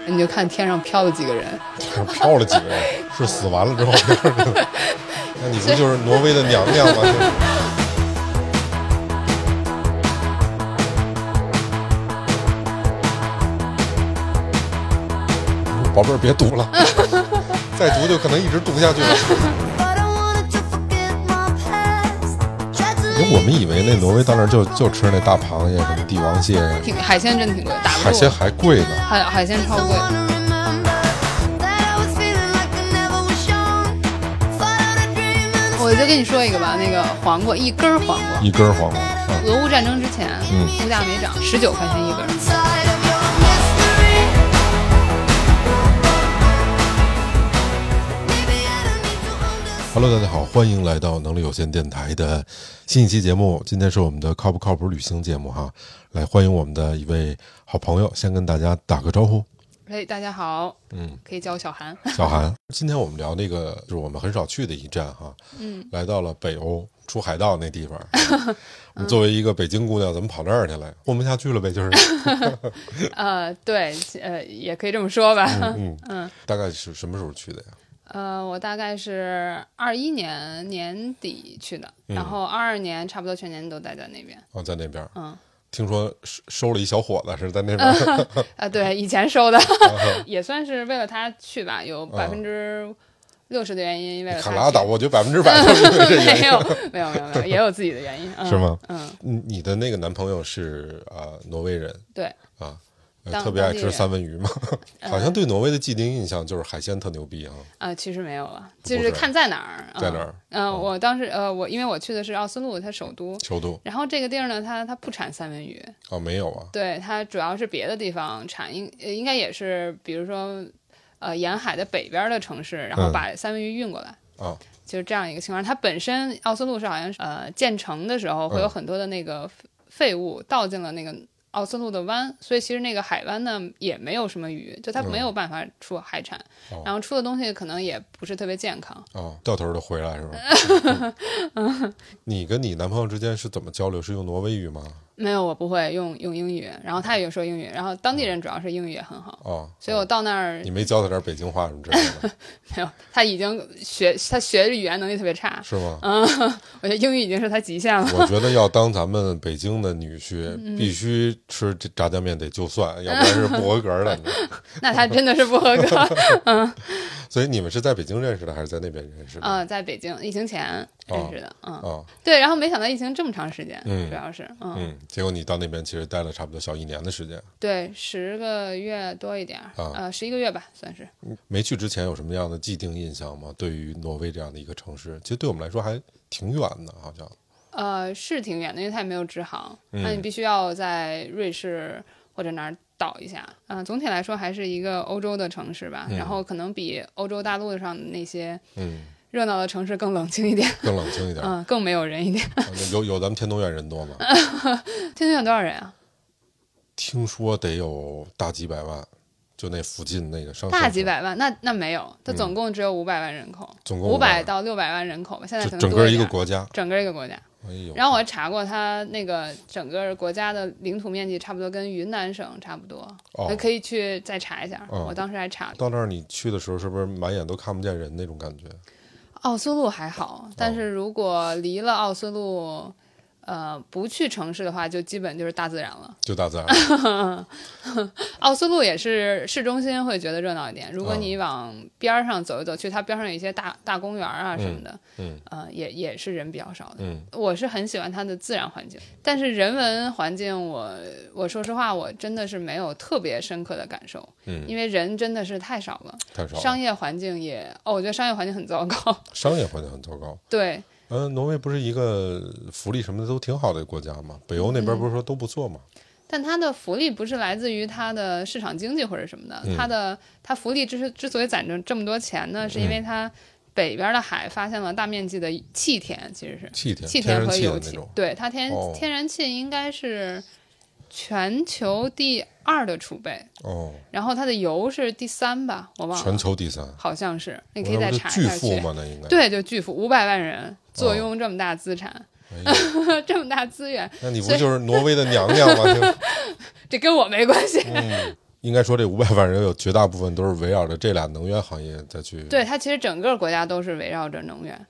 你就看天上飘了几个人， 天上飘了几个人，是死完了之后那你不就是挪威的娘娘吗？宝贝儿别读了再读就可能一直读下去了我们以为那挪威到那儿就吃那大螃蟹什么帝王蟹呀， 海鲜真挺贵，打不住， 海鲜还贵呢， 海鲜超贵。我就跟你说一个吧，那个黄瓜，一根黄瓜，俄乌战争之前，物价没涨，19块钱一根。 Hello， 大家好，欢迎来到能力有限电台的新一期节目。今天是我们的靠不靠谱旅行节目哈，来欢迎我们的一位好朋友，先跟大家打个招呼。 大家好，可以叫我小韩。 小韩，今天我们聊那个就是我们很少去的一站哈，来到了北欧出海盗那地方。你作为一个北京姑娘，怎么跑那儿去了？混不下去了呗，就是。 对，也可以这么说吧。 大概是什么时候去的呀？ 我大概是21年年底去的，然后22年差不多全年都待在那边。哦，在那边。听说收了一小伙子是在那边。 对，以前收的，也算是为了他去吧，有60%的原因为了他去。 看拉倒，我觉得100%都是因为这原因。 没有，也有自己的原因。 是吗？你的那个男朋友是挪威人。 对啊。特别爱吃三文鱼嘛，好像对挪威的既定印象就是海鲜特牛逼啊。 其实没有了，就是看在哪儿。 在哪儿？ 我当时因为我去的是奥斯陆，它首都。然后这个地儿呢，它不产三文鱼。 哦，没有啊。对， 它主要是别的地方产，应该也是比如说沿海的北边的城市，然后把三文鱼运过来。就是这样一个情况。它本身奥斯陆是好像建成的时候会有很多的那个废物倒进了那个奥斯陆的湾，所以其实那个海湾呢也没有什么鱼，就它没有办法出海产，然后出的东西可能也不是特别健康。 掉头就回来是吧？你跟你男朋友之间是怎么交流？是用挪威语吗？没有，我不会用英语，然后他也说英语，然后当地人主要是英语也很好。所以我到那儿， 你没教他点北京话什么之类的？ 没有，他已经学语言能力特别差。 是吗？ 我觉得英语已经是他极限了。 我觉得要当咱们北京的女婿，必须吃炸酱面得就蒜，要不然是不合格的。 那他真的是不合格。 所以你们是在北京认识的，还是在那边认识的？ 在北京，疫情前认识的。对，然后没想到疫情这么长时间，主要是结果你到那边其实待了差不多小1年的时间。对 ，10个月多一点，11个月吧，算是。 没去之前有什么样的既定印象吗？对于挪威这样的一个城市，其实对我们来说还挺远的，好像。 是挺远的，因为它也没有直航，那你必须要在瑞士或者哪儿倒一下。总体来说还是一个欧洲的城市吧，然后可能比欧洲大陆上的那些热闹的城市更冷清一点，更没有人一点。 有咱们天通苑人多吗？ 天通苑多少人啊？ 听说得有大几百万，就那附近那个商大几百万，那没有，它总共只有500万人口，总共500到600万人口吧，现在可能整个一个国家。 然后我查过，它那个整个国家的领土面积差不多跟云南省差不多，可以去再查一下。我当时还查到那儿，你去的时候是不是满眼都看不见人那种感觉？ 奥斯陆还好，但是如果离了奥斯陆不去城市的话，就基本就是大自然了。奥斯陆也是市中心会觉得热闹一点，如果你往边上走一走，去它边上有一些大公园啊什么的，也是人比较少的。我是很喜欢它的自然环境，但是人文环境我说实话，我真的是没有特别深刻的感受，因为人真的是太少了。商业环境也我觉得商业环境很糟糕。对。 挪威不是一个福利什么的都挺好的国家吗？北欧那边不是说都不错吗？ 但它的福利不是来自于它的市场经济或者什么的，它福利之所以攒着这么多钱呢，是因为它北边的海发现了大面积的气田，其实是气田和油气。对，它天然气应该是全球第2的储备然后它的油是第3吧，我忘了， 全球第3， 好像是，你可以再查一下。 巨富吗？那应该对，就巨富，500万人坐拥这么大资产，这么大资源， 那你不就是挪威的娘娘吗？ 这跟我没关系。 应该说这500万人有绝大部分都是围绕着这俩能源行业再去。 对，它其实整个国家都是围绕着能源，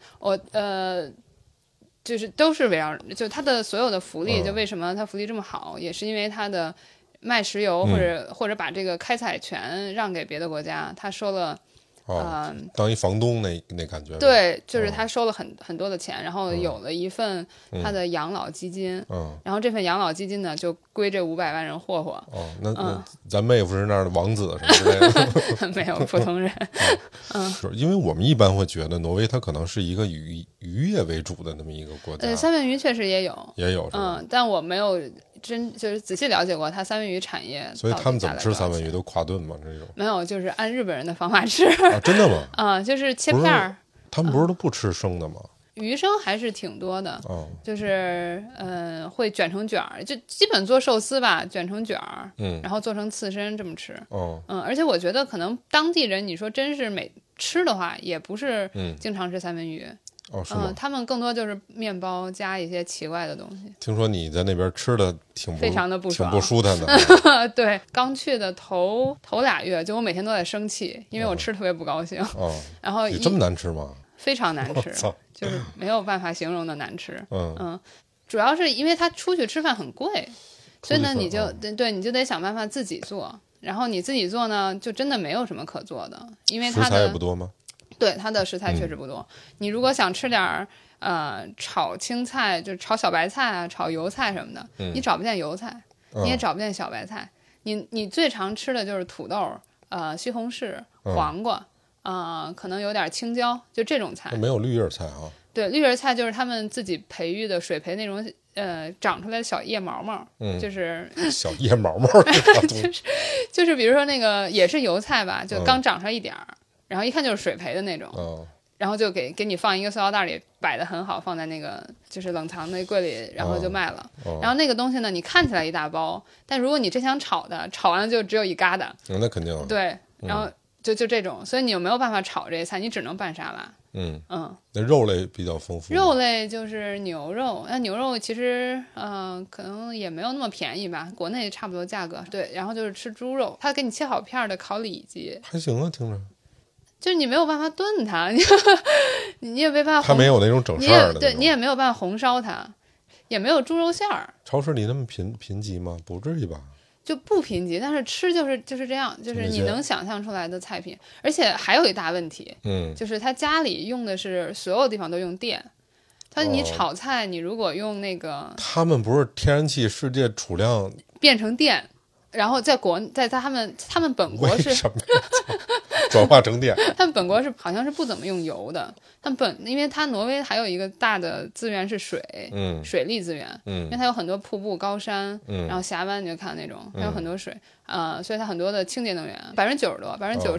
就是都是围绕，就它的所有的福利，就为什么它福利这么好，也是因为它的卖石油或者把这个开采权让给别的国家，他收了。 当一房东那感觉。 对，就是他收了很多的钱，然后有了一份他的养老基金，然后这份养老基金呢就归这500万人霍霍。 那咱妹夫是那儿的王子什么之类的。 没有普通人。 是因为我们一般会觉得挪威它可能是一个以渔业为主的那么一个国家。 三文鱼确实也有，但我没有就是仔细了解过它三文鱼产业。 所以他们怎么吃三文鱼都跨顿吗？这种没有，就是按日本人的方法吃。 真的吗？ 就是切片儿。 他们不是都不吃生的吗？ 鱼生还是挺多的。就是会卷成卷儿，就基本做寿司吧，卷成卷儿，然后做成刺身这么吃。而且我觉得可能当地人，你说真是吃的话，也不是经常吃三文鱼。 是吗？ 他们更多就是面包加一些奇怪的东西。 听说你在那边吃的非常的不爽， 挺不舒坦的。 对，刚去的头2月，就我每天都在生气，因为我吃特别不高兴。然后这么难吃吗？ 非常难吃，就是没有办法形容的难吃。主要是因为他出去吃饭很贵，所以呢，你就得想办法自己做。然后你自己做呢，就真的没有什么可做的，因为它的食材也不多吗？ 对，它的食材确实不多。你如果想吃点炒青菜，就是炒小白菜啊，炒油菜什么的，你找不见油菜，你也找不见小白菜。你最常吃的就是土豆、西红柿、黄瓜，可能有点青椒，就这种菜。 没有绿叶菜啊？对， 绿叶菜就是他们自己培育的水培那种长出来的小叶毛毛，就是小叶毛毛， 就是比如说那个也是油菜吧，就刚长出来一点儿。然后一看就是水培的那种，然后就给你放一个塑料袋里，摆得很好，放在那个就是冷藏那柜里，然后就卖了。然后那个东西呢，你看起来一大包，但如果你真想炒的，炒完了就只有一疙瘩。 那肯定。 对，然后就这种，所以你又没有办法炒这些菜，你只能拌沙拉。 那肉类比较丰富。 肉类就是牛肉，那牛肉其实可能也没有那么便宜吧，国内差不多价格。对，然后就是吃猪肉，他给你切好片的烤里脊， 还行啊，听着。 就是你没有办法炖它，你也没办法。 它没有那种整事儿的。 对，你也没有办法红烧它，也没有猪肉馅儿。 超市里那么贫瘠吗？不至于吧？ 就不贫瘠，但是吃就是这样，就是你能想象出来的菜品。而且还有一大问题，就是他家里用的是所有地方都用电。你炒菜，你如果用那个， 他们不是天然气世界储量变成电。然后在他们本国是什么转化成电？ 他们本国是好像是不怎么用油的。因为它挪威还有一个大的资源是水，水利资源，因为它有很多瀑布、高山，然后峡湾，你就看那种，它有很多水，所以它很多的清洁能源90%多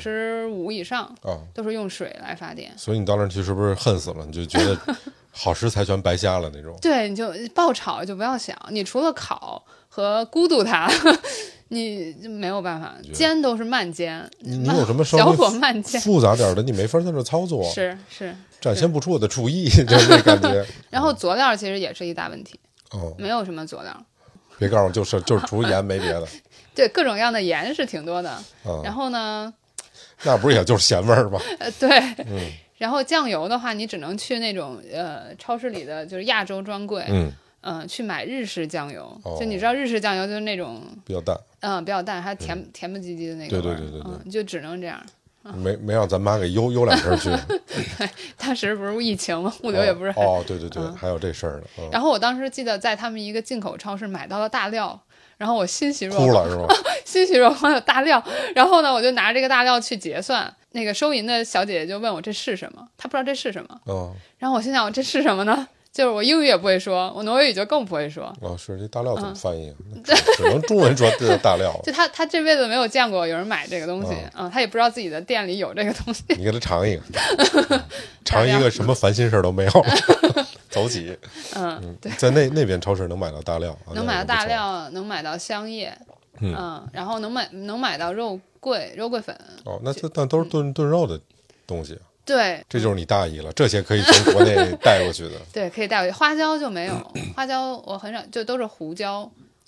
，95%以上都是用水来发电。 所以你到那儿去是不是恨死了？你就觉得好食材全白瞎了那种？ 对，你就爆炒就不要想，你除了烤和咕嘟它。你没有办法，煎都是慢煎。 你有什么小火慢煎复杂点的，你没法在这操作。 是展现不出我的厨艺，就是那感觉。 然后佐料其实也是一大问题，没有什么佐料。 别告诉我就是除盐没别的。 对，各种各样的盐是挺多的。然后呢？ 那不是也就是咸味儿吗？ 对。然后酱油的话，你只能去那种超市里的就是亚洲专柜。去买日式酱油，就你知道日式酱油就是那种比较淡， 比较淡，还甜不唧唧的那个味儿。对，就只能这样。 没让咱妈给邮两瓶去。 当时不是疫情吗？物流也不是很。 对，还有这事儿呢。 然后我当时记得在他们一个进口超市买到了大料，然后我欣喜若哭了是吧？ 欣喜若狂有大料，然后呢，我就拿这个大料去结算，那个收银的小姐姐就问我这是什么，她不知道这是什么。然后我心想，这是什么呢？就是我英语也不会说，我挪威语就更不会说。 是这大料怎么翻译？只能中文说这大料。 就他这辈子没有见过有人买这个东西，他也不知道自己的店里有这个东西。 你给他尝一个，尝一个什么烦心事都没有，走起。 对， 在那边超市能买到大料， 能买到大料，能买到香叶，然后能买到肉桂粉。 那都是炖肉的东西。 对， 这就是你大意了，这些可以从国内带过去的。 对，可以带过去。花椒就没有，花椒我很少，就都是胡椒，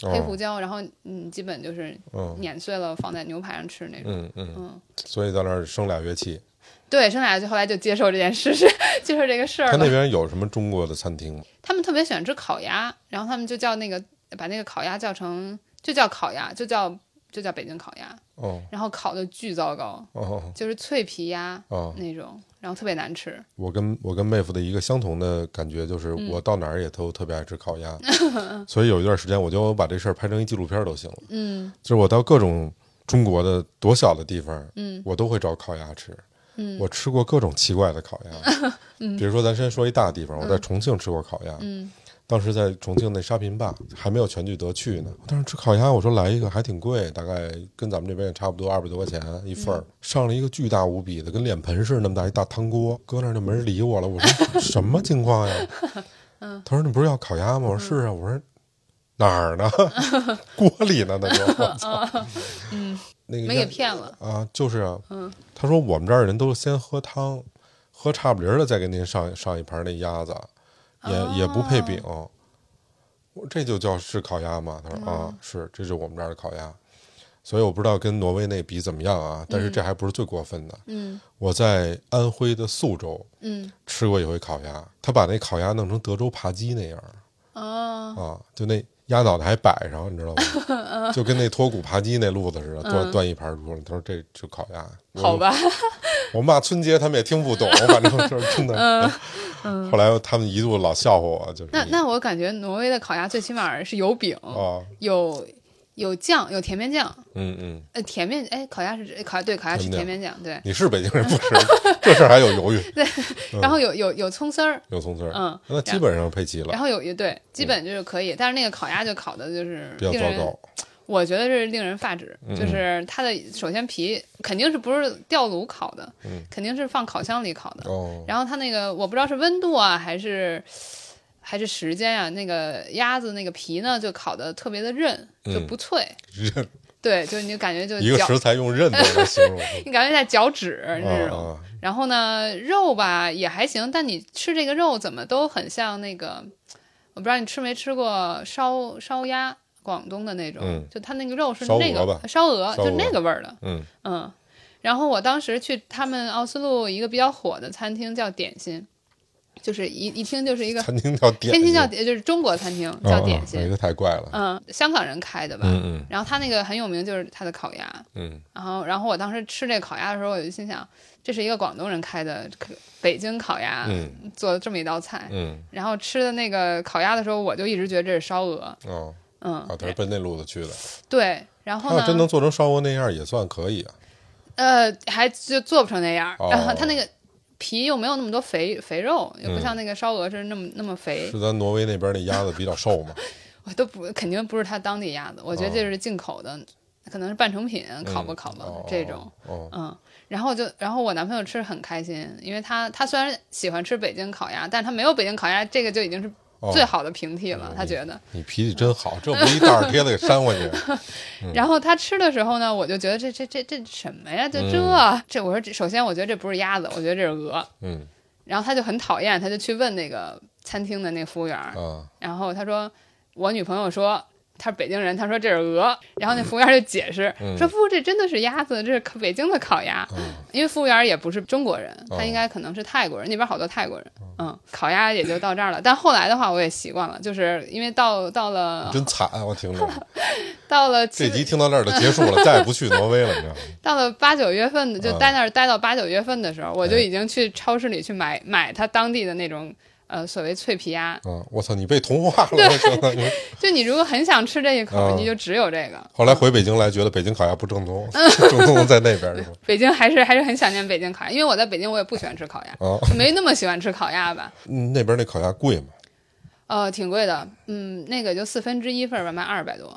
黑胡椒，然后基本就是碾碎了放在牛排上吃那种。 所以在那儿生俩乐器。 对，生俩就后来就接受这件事，接受这个事儿了。 他那边有什么中国的餐厅吗？ 他们特别喜欢吃烤鸭，然后他们就叫把那个烤鸭就叫烤鸭，就叫北京烤鸭。然后烤的巨糟糕，就是脆皮鸭那种，然后特别难吃。 我跟妹夫的一个相同的感觉就是，我到哪儿也都特别爱吃烤鸭，所以有一段时间我就把这事儿拍成一纪录片都行了。就是我到各种中国的多小的地方，我都会找烤鸭吃。我吃过各种奇怪的烤鸭，比如说咱先说一大地方，我在重庆吃过烤鸭。当时在重庆那沙坪坝还没有全聚德去呢，当时吃烤鸭，我说来一个还挺贵，大概跟咱们这边也差不多200多块钱一份儿，上了一个巨大无比的跟脸盆似的那么大一大汤锅，搁那儿就没人理我了。我说什么情况呀？他说你不是要烤鸭吗？我说是啊。我说哪儿呢？锅里呢？那就我操。那个没给骗了啊，就是啊。他说我们这儿人都先喝汤，喝差不离了再给您上一盘那鸭子。也不配饼，这就叫是烤鸭吗？他说是，这是我们这儿的烤鸭。所以我不知道跟挪威那比怎么样啊，但是这还不是最过分的。我在安徽的宿州吃过一回烤鸭，他把那烤鸭弄成德州扒鸡那样就那鸭脑袋还摆上，你知道吗？就跟那脱骨扒鸡那路子似的，端一盘出来。他说这就烤鸭， 好吧。 我骂春节他们也听不懂，反正就是真的。后来他们一度老笑话我，就是那我感觉挪威的烤鸭最起码是有饼，有酱，有甜面酱。甜面烤鸭是烤鸭是甜面酱。对， 你是北京人不是？这事儿还有犹豫。 对，然后有葱丝儿， 有葱丝儿。那基本上配齐了。 然后对，基本就是可以，但是那个烤鸭就烤的就是比较糟糕。 我觉得是令人发指，就是它的首先皮肯定是不是吊炉烤的，肯定是放烤箱里烤的。然后它那个我不知道是温度啊还是时间啊，那个鸭子那个皮呢就烤的特别的韧，就不脆。 韧。 对，就你感觉就一个食材用韧的来形容， 你感觉在嚼纸那种。然后呢，肉吧也还行，但你吃这个肉怎么都很像那个，我不知道你吃没吃过烧鸭。广东的那种，就它那个肉是那个烧鹅，就那个味儿的。然后我当时去他们奥斯陆一个比较火的餐厅叫点心，就是一听就是一个餐厅叫点心， 就是中国餐厅叫点心， 这个太怪了。 香港人开的吧。然后他那个很有名，就是他的烤鸭。然后我当时吃这个烤鸭的时候，我就心想，这是一个广东人开的北京烤鸭，做的这么一道菜。然后吃的那个烤鸭的时候，我就一直觉得这是烧鹅。 他是奔那路子去的。 对，然后呢， 真能做成烧鹅那样也算可以啊。 还就做不成那样。然后它那个皮又没有那么多肥肉，也不像那个烧鹅是那么肥。 是咱挪威那边那鸭子比较瘦吗？ 我都肯定不是它当地鸭子，我觉得这是进口的，可能是半成品，烤吧这种。然后我男朋友吃很开心，因为他虽然喜欢吃北京烤鸭，但是他没有北京烤鸭这个就已经是最好的平替了。他觉得你脾气真好，这不一大耳贴子给扇回去。 然后他吃的时候呢，我就觉得这什么呀？我说首先我觉得这不是鸭子，我觉得这是鹅。然后他就很讨厌，他就去问那个餐厅的那个服务员。然后他说我女朋友说他是北京人，他说这是鹅。然后那服务员就解释说不，这真的是鸭子，这是北京的烤鸭。因为服务员也不是中国人，他应该可能是泰国人，那边好多泰国人。烤鸭也就到这儿了。但后来的话我也习惯了，就是因为到了真惨，我听着到了这集听到那儿就结束了，再也不去挪威了，你知道吗？ 到了8、9月份的，就待那儿待到8、9月份的时候，我就已经去超市里去买他当地的那种所谓脆皮鸭。 我操，你被同化了。 就你如果很想吃这一口，你就只有这个。 后来回北京来，觉得北京烤鸭不正宗，正宗在那边是吧？ 北京还是很想念北京烤鸭，因为我在北京我也不喜欢吃烤鸭，没那么喜欢吃烤鸭吧。 那边那烤鸭贵吗？ 挺贵的。那个就1/4份吧，卖200多。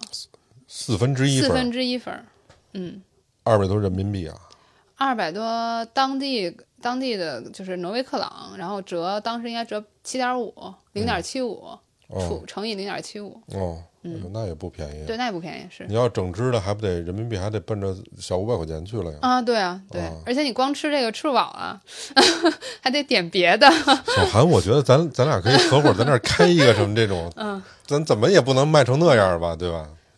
1/4 份。 200多人民币啊 ？200多当地的就是挪威克朗，然后当时应该折7.5， 0.75，乘以0.75。 那也不便宜。 对，那也不便宜。是你要整只的还不得人民币还得奔着小500块钱去了呀？ 对啊，对，而且你光吃这个吃不饱啊，还得点别的。 小韩，我觉得咱俩可以合伙在那儿开一个什么这种，咱怎么也不能卖成那样吧，对吧？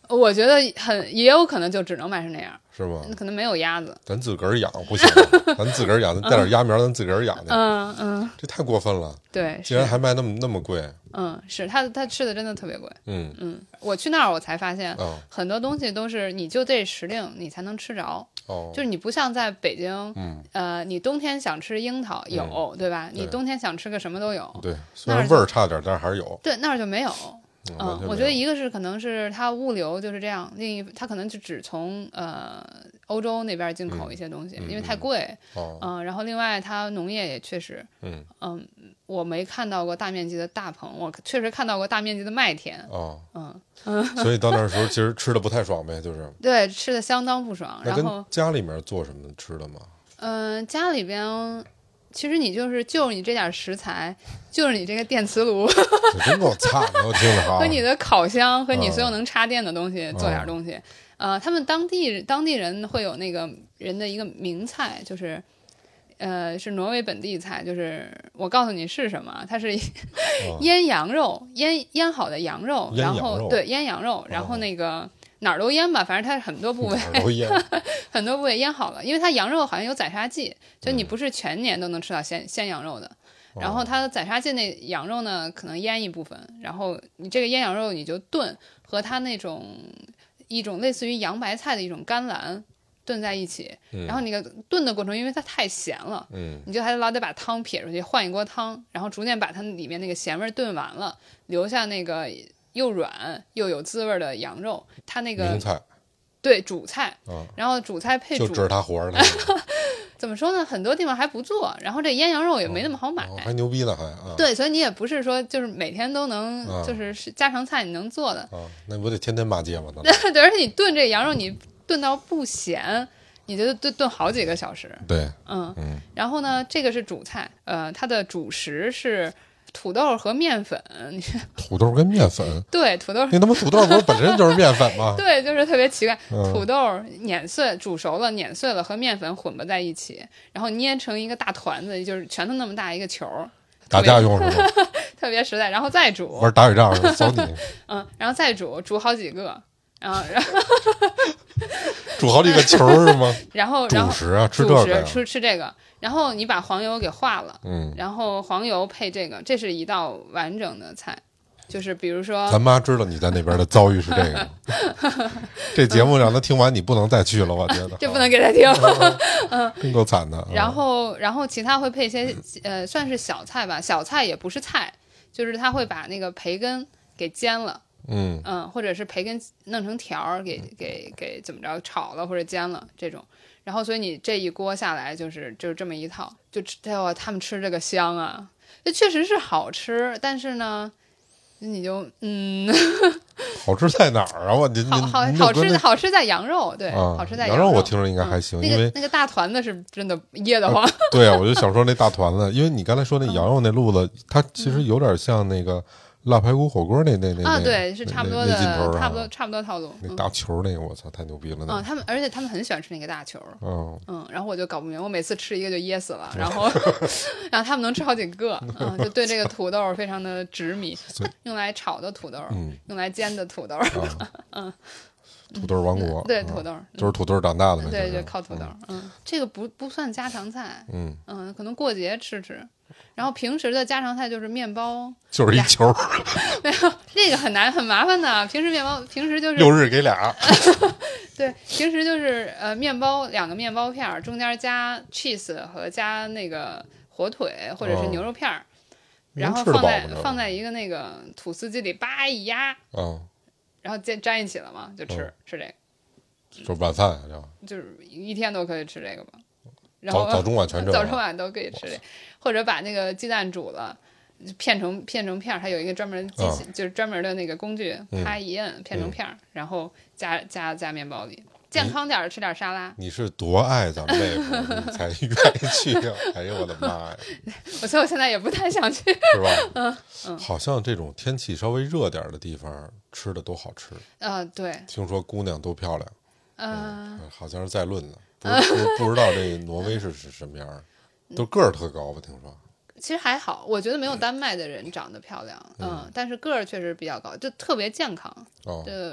我觉得也有可能就只能买成那样， 是吗？ 可能没有鸭子， 咱自个儿养不行，咱自个儿养，咱带点鸭苗，咱自个儿养去。这太过分了。 对， 竟然还卖那么贵。 是他吃的真的特别贵。我去那儿我才发现，很多东西都是你就这时令你才能吃着。就是你不像在北京，你冬天想吃樱桃有，对吧？你冬天想吃个什么都有。 对，虽然味儿差点，但是还是有。 对，那儿就没有。我觉得一个是可能是它物流就是这样，另一它可能就只从欧洲那边进口一些东西，因为太贵。然后另外它农业也确实，我没看到过大面积的大棚，我确实看到过大面积的麦田。 所以到那时候其实吃的不太爽呗，就是对，吃的相当不爽。然后家里面做什么吃的吗？ 家里边。其实你就是你这点食材，就是你这个电磁炉， 真够惨的，我听着哈。 和你的烤箱和你所有能插电的东西做点东西。他们当地人会有那个人的一个名菜，就是是挪威本地菜，就是我告诉你是什么，它是腌羊肉，腌好的羊肉，然后对腌羊肉，然后那个。哪儿都腌吧，反正它很多部位很多部位腌好了，因为它羊肉好像有宰杀剂，所以你不是全年都能吃到鲜羊肉的。然后它的宰杀剂那羊肉呢，可能腌一部分，然后你这个腌羊肉你就炖，和它一种类似于洋白菜的一种甘蓝炖在一起。然后那个炖的过程，因为它太咸了，你就还老得把汤撇出去换一锅汤，然后逐渐把它里面那个咸味炖完了，留下那个。又软又有滋味的羊肉，它那个名菜， 对主菜，然后主菜配就知道他活着呢。 怎么说呢？很多地方还不做，然后这腌羊肉也没那么好买， 还牛逼了还对，所以你也不是说就是每天都能，就是家常菜你能做的那不得天天骂街吗？ 对，而且你炖这羊肉，你炖到不咸，你就炖好几个小时。 对， 然后呢，这个是主菜，它的主食是。土豆和面粉， 土豆跟面粉， 对，土豆， 那他妈土豆不是本身就是面粉吗？ 对，就是特别奇怪，土豆碾碎、煮熟了、碾碎了和面粉混合在一起，然后捏成一个大团子，就是拳头那么大一个球， 打架用是吗？ 特别实在，然后再煮， 玩打雪仗扫你， 然后再煮好几个，然后煮好几个球是吗？ 然后主食啊，吃这个， 吃这个。然后你把黄油给化了，然后黄油配这个，这是一道完整的菜，就是比如说， 咱妈知道你在那边的遭遇是这个，这节目让他听完，你不能再去了，我觉得这不能给他听， 真够惨的。 然后其他会配一些算是小菜吧，小菜也不是菜，就是他会把那个培根给煎了，或者是培根弄成条儿，给怎么着炒了或者煎了这种。然后，所以你这一锅下来就是这么一套，他们吃这个香啊，这确实是好吃，但是呢，你就好吃在哪儿啊？ 好吃在羊肉，对，好吃在羊肉，我听着应该还行，因为那个大团子是真的噎得慌。 对啊，我就想说那大团子，因为你刚才说那羊肉那路子，它其实有点像那个。辣排骨火锅那对，是差不多的，差不多套路。 那大球那个，我操，太牛逼了！ 而且他们很喜欢吃那个大球。然后我就搞不明白，我每次吃一个就噎死了，然后他们能吃好几个，就对这个土豆非常的执迷，用来炒的土豆，用来煎的土豆， 土豆王国， 对，土豆都是土豆长大的嘛， 对，就靠土豆。这个不算家常菜，可能过节吃。然后平时的家常菜就是面包， 就是一球， 没有这个很麻烦的。平时就是 6日给俩， 对，平时就是面包2个面包片，中间加 cheese 和加那个火腿或者是牛肉片，然后放在一个那个吐司机里叭一压，然后粘一起了嘛，就吃这个， 就是晚饭就是一天都可以吃这个吧。然后早中晚全早中晚都可以吃这，或者把那个鸡蛋煮了，片成片，它有一个专门的机器，就是专门的那个工具，啪一摁片成片，然后加面包里，健康点吃点沙拉。 你是多爱咱们妹夫，你才愿意去啊？哎呦我的妈呀！ 所以我现在也不太想去， 是吧？好像这种天气稍微热点的地方吃的都好吃。 对。 听说姑娘都漂亮。好像是在论呢。不知道这挪威是什么样，都个儿特高吧？听说其实还好，我觉得没有丹麦的人长得漂亮，但是个儿确实比较高，就特别健康，就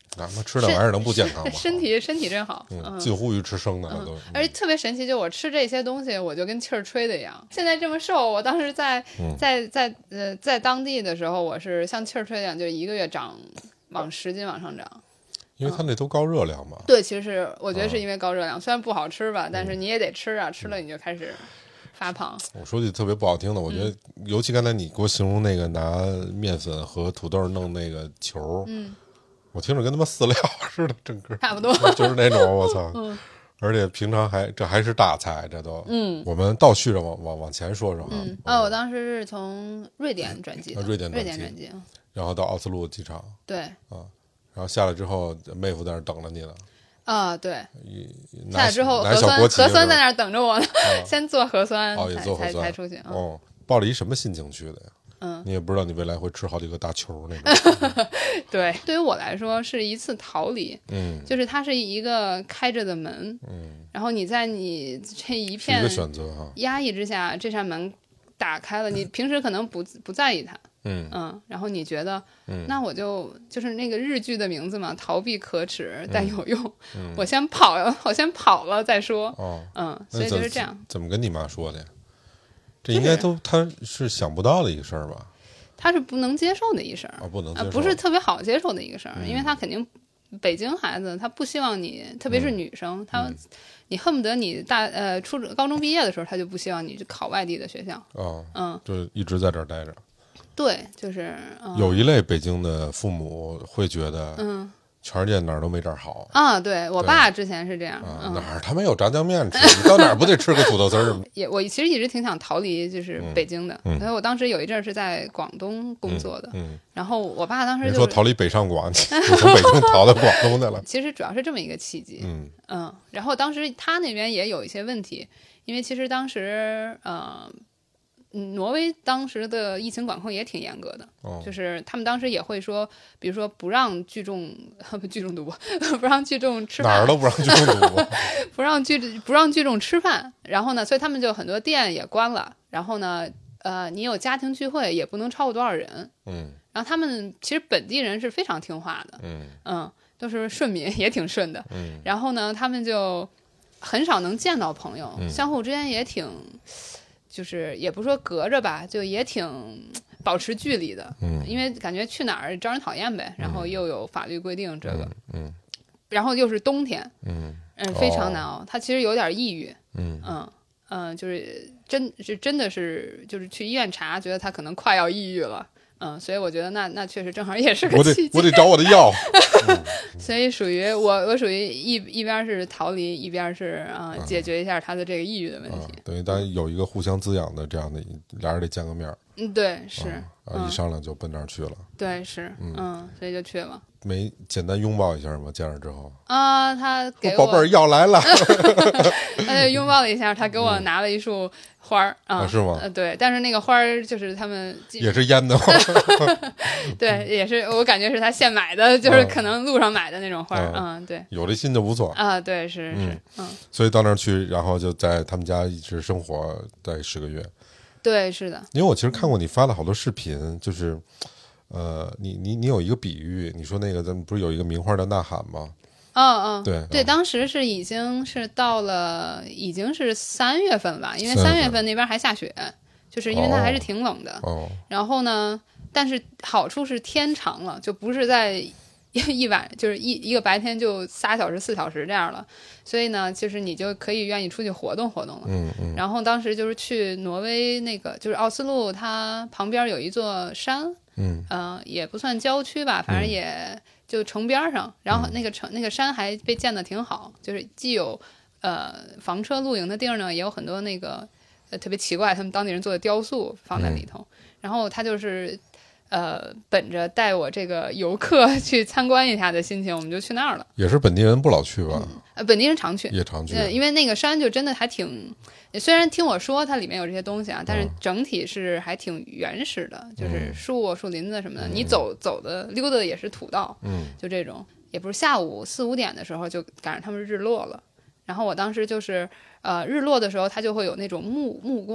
那吃那玩意儿能不健康吗？ 身体真好， 近乎于吃生的了都。 而且特别神奇，就我吃这些东西，我就跟气儿吹的一样。现在这么瘦，我当时在当地的时候，我是像气儿吹一样，就一个月往10斤往上涨。 因为它那都高热量嘛。 对，其实我觉得是因为高热量，虽然不好吃吧，但是你也得吃啊，吃了你就开始发胖。 我说句特别不好听的，我觉得尤其刚才你给我形容那个拿面粉和土豆弄那个球，我听着跟他妈饲料似的，整个差不多就是那种我操。而且平常这还是大菜，这都。我们倒叙着往前说说啊。 我当时是从瑞典转机的，瑞典转机， 然后到奥斯陆机场。 对啊，然后下来之后，妹夫在那儿等着你呢。 啊，对。下来之后，核酸在那儿等着我呢，先做核酸，才出去。 抱着一什么心情去的呀？你也不知道你未来会吃好几个大球那种。 对，对于我来说是一次逃离。就是它是一个开着的门。然后你在你这一片压抑之下，这扇门打开了。你平时可能不在意它。然后你觉得，那我就是那个日剧的名字嘛，逃避可耻但有用。我先跑了再说。所以就是这样。 怎么跟你妈说的呀？这应该他是想不到的一个事儿吧？ 他是不能接受的一事儿。 不能接受， 不是特别好接受的一个事儿。因为他肯定北京孩子，他不希望你，特别是女生，你恨不得你高中毕业的时候，他就不希望你去考外地的学校。 就一直在这儿待着。 对，就是有一类北京的父母会觉得，全世界哪儿都没这儿好啊。对，我爸之前是这样。 哪儿他妈有炸酱面吃？你到哪儿不得吃个土豆丝儿吗？ 我其实一直挺想逃离就是北京的，所以我当时有一阵是在广东工作的。然后我爸当时说逃离北上广，你从北京逃到广东去了。 其实主要是这么一个契机。然后当时他那边也有一些问题，因为其实当时挪威当时的疫情管控也挺严格的。就是他们当时也会说，比如说不让聚众赌博，不让聚众吃饭， 哪儿都不让聚众赌博， 不让聚众吃饭。然后呢，所以他们就很多店也关了。然后呢，你有家庭聚会也不能超过多少人。然后他们其实本地人是非常听话的。都是顺民，也挺顺的。然后呢，他们就很少能见到朋友，相互之间也挺。就是也不说隔着吧，就也挺保持距离的。因为感觉去哪儿招人讨厌呗，然后又有法律规定这个。然后又是冬天。非常难熬。他其实有点抑郁。就是真的是就是去医院查，觉得他可能快要抑郁了。所以我觉得那确实正好也是个契机。 我得找我的药。 所以属于我属于一边是逃离，一边是解决一下他的这个抑郁的问题。 等于大家有一个互相滋养的这样的，俩人得见个面。 对，是。 一商量就奔那儿去了。 对，是。所以就去了。 没简单拥抱一下吗？见着之后他给我宝贝儿药来了。 他就拥抱了一下，他给我拿了一束花儿。 是吗？ 对，但是那个花儿就是他们也是腌的吗？ 对，也是我感觉是他现买的，就是可能路上买的那种花儿。对， 有这心就不错对，是。 所以到那儿去，然后就在他们家一直生活待10个月。 对，是的。 因为我其实看过你发的好多视频，就是你有一个比喻，你说那个咱们不是有一个名画叫《呐喊》吗？对，当时是已经是到了，已经是3月份吧，因为3月份那边还下雪，就是因为它还是挺冷的。然后呢，但是好处是天长了，就不是在一晚，就是一个白天就3小时4小时这样了。所以呢，就是你就可以愿意出去活动活动了。然后当时就是去挪威那个，就是奥斯陆，它旁边有一座山。也不算郊区吧，反正也就城边上。然后那个山还被建得挺好，就是既有房车露营的地儿呢，也有很多那个特别奇怪他们当地人做的雕塑放在里头。然后他就是本着带我这个游客去参观一下的心情，我们就去那儿了。 也是本地人不老去吧？ 本地人常去， 也常去。 因为那个山就真的还挺，虽然听我说它里面有这些东西啊，但是整体是还挺原始的，就是树林子什么的，你走的溜达的也是土道。就这种，也不是下午4、5点的时候就赶上他们日落了。然后我当时就是日落的时候，它就会有那种目光，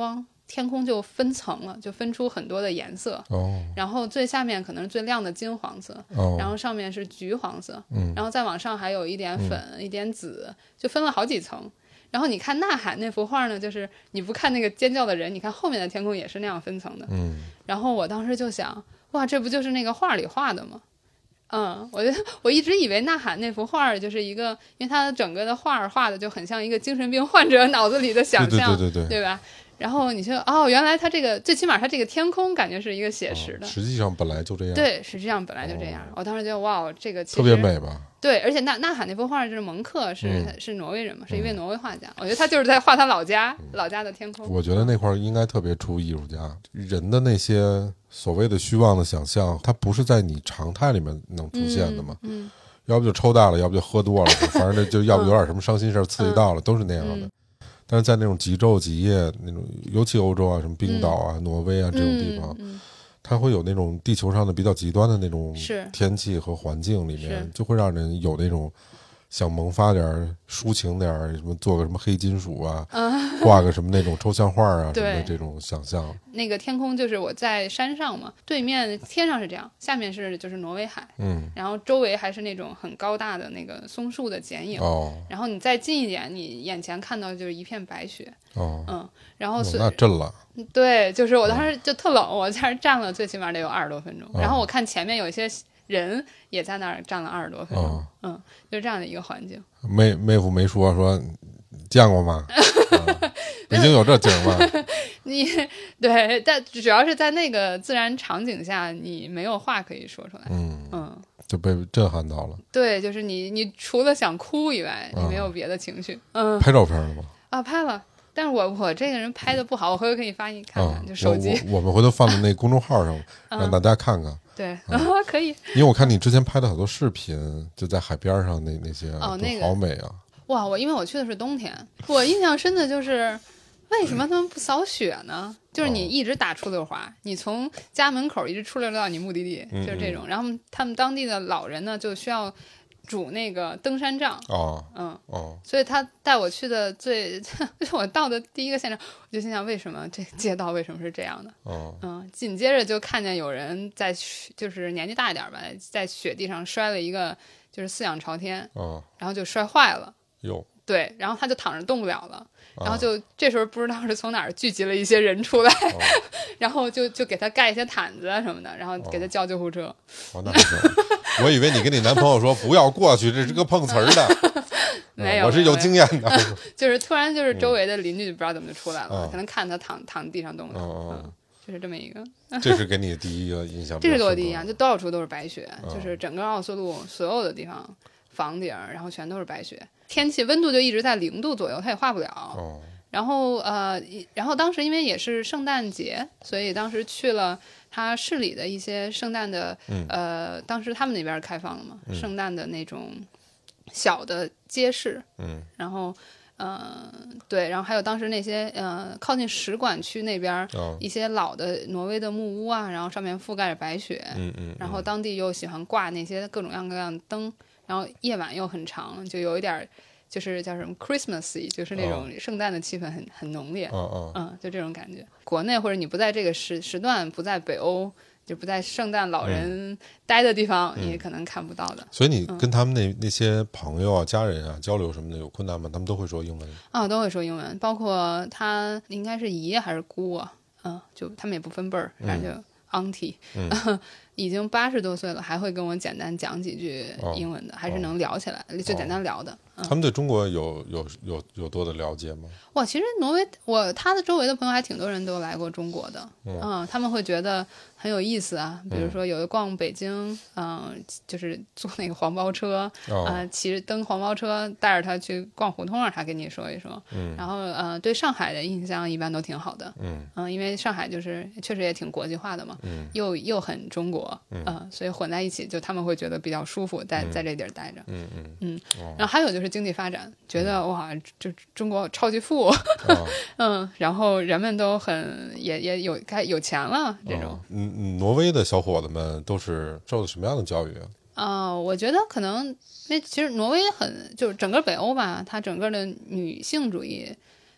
天空就分层了，就分出很多的颜色。然后最下面可能是最亮的金黄色，然后上面是橘黄色，然后再往上还有一点粉，一点紫，就分了好几层。然后你看呐喊那幅画呢，就是你不看那个尖叫的人，你看后面的天空也是那样分层的。然后我当时就想，哇，这不就是那个画里画的吗？我一直以为呐喊那幅画就是一个，因为它整个的画画的就很像一个精神病患者脑子里的想象，对吧？然后你就原来它这个最起码它这个天空感觉是一个写实的， 实际上本来就这样。 对，实际上本来就这样。我当时觉得哇，这个其实特别美吧？ 对，而且呐喊那幅画就是蒙克是挪威人嘛，是一位挪威画家。我觉得他就是在画他老家的天空。我觉得那块应该特别出艺术家，人的那些所谓的虚妄的想象，它不是在你常态里面能出现的嘛。要不就抽大了，要不就喝多了，反正就要不有点什么伤心事刺激到了，都是那样的。但是在那种极昼极夜那种，尤其欧洲啊，什么冰岛啊、挪威啊这种地方，它会有那种地球上的比较极端的那种天气和环境里面，就会让人有那种想萌发点抒情点什么，做个什么黑金属啊，画个什么那种抽象画啊什么的这种想象。 那个天空就是我在山上嘛，对面天上是这样，下面就是挪威海，然后周围还是那种很高大的那个松树的剪影，然后你再近一点，你眼前看到就是一片白雪，然后那震了。 对，就是我当时就特冷，我在那儿站了最起码得有20多分钟，然后我看前面有一些人也在那儿站了20多分钟，就这样的一个环境。 妹夫没说见过吗？北京有这景吗？ 对，但主要是在那个自然场景下，你没有话可以说出来， 就被震撼到了。 对，就是你除了想哭以外，你没有别的情绪。 拍照片了吗？ 拍了。但是我这个人拍的不好，我回头可以发你看看，就手机。 我们回头放在那公众号上，让大家看看。 对，可以。 因为我看你之前拍的好多视频，就在海边上那些， 那个好美啊！ 哇，因为我去的是冬天，我印象深的就是为什么他们不扫雪呢？就是你一直打出溜滑，你从家门口一直出溜到你目的地，就是这种。然后他们当地的老人呢，就需要煮那个登山杖所以他带我去的我到的第一个现场，我就心想为什么这个街道为什么是这样的？紧接着就看见有人就是年纪大一点吧，在雪地上摔了一个就是四仰朝天，然后就摔坏了。对，然后他就躺着动不了了。然后就这时候不知道是从哪儿聚集了一些人出来，然后就给他盖一些毯子啊什么的，然后给他叫救护车。 那不行，我以为你跟你男朋友说不要过去，这是个碰瓷儿的。 没有， 我是有经验的。 就是突然就是周围的邻居就不知道怎么就出来了，可能看他躺地上动了。就是这么一个。 这是给你第一个印象。 这是给我第一印象，就到处都是白雪，就是整个奥斯陆所有的地方房顶，然后全都是白雪。天气温度就一直在0度左右，它也化不了。然后当时因为也是圣诞节，所以当时去了它市里的一些圣诞的当时他们那边开放了嘛，圣诞的那种小的街市。然后对，然后还有当时那些靠近使馆区那边一些老的挪威的木屋啊，然后上面覆盖着白雪。然后当地又喜欢挂那些各种各样的灯。然后夜晚又很长，就有一点就是叫什么 Christmassy， 就是那种圣诞的气氛很浓烈。就这种感觉。国内或者你不在这个时段，不在北欧，就不在圣诞老人待的地方，你可能看不到的。 所以你跟他们那些朋友啊、家人啊交流什么的有困难吗？他们都会说英文？ 都会说英文，包括他应该是姨还是姑啊，就他们也不分辈儿，反正就 auntie。已经80多岁了，还会跟我简单讲几句英文的，还是能聊起来，就简单聊的。 他们对中国有多的了解吗？ 哇，其实挪威，他的周围的朋友还挺多人都来过中国的。他们会觉得很有意思啊，比如说有的逛北京，就是坐那个黄包车，骑着蹬黄包车，带着他去逛胡同，他跟你说一说。然后对上海的印象一般都挺好的。因为上海就是确实也挺国际化的嘛，又很中国。所以混在一起，就他们会觉得比较舒服，在这地儿待着。然后还有就是经济发展，觉得哇，就中国超级富，然后人们都也有钱了这种。 挪威的小伙子们都是受的什么样的教育啊？我觉得可能因为其实挪威就是整个北欧吧，它整个的女性主义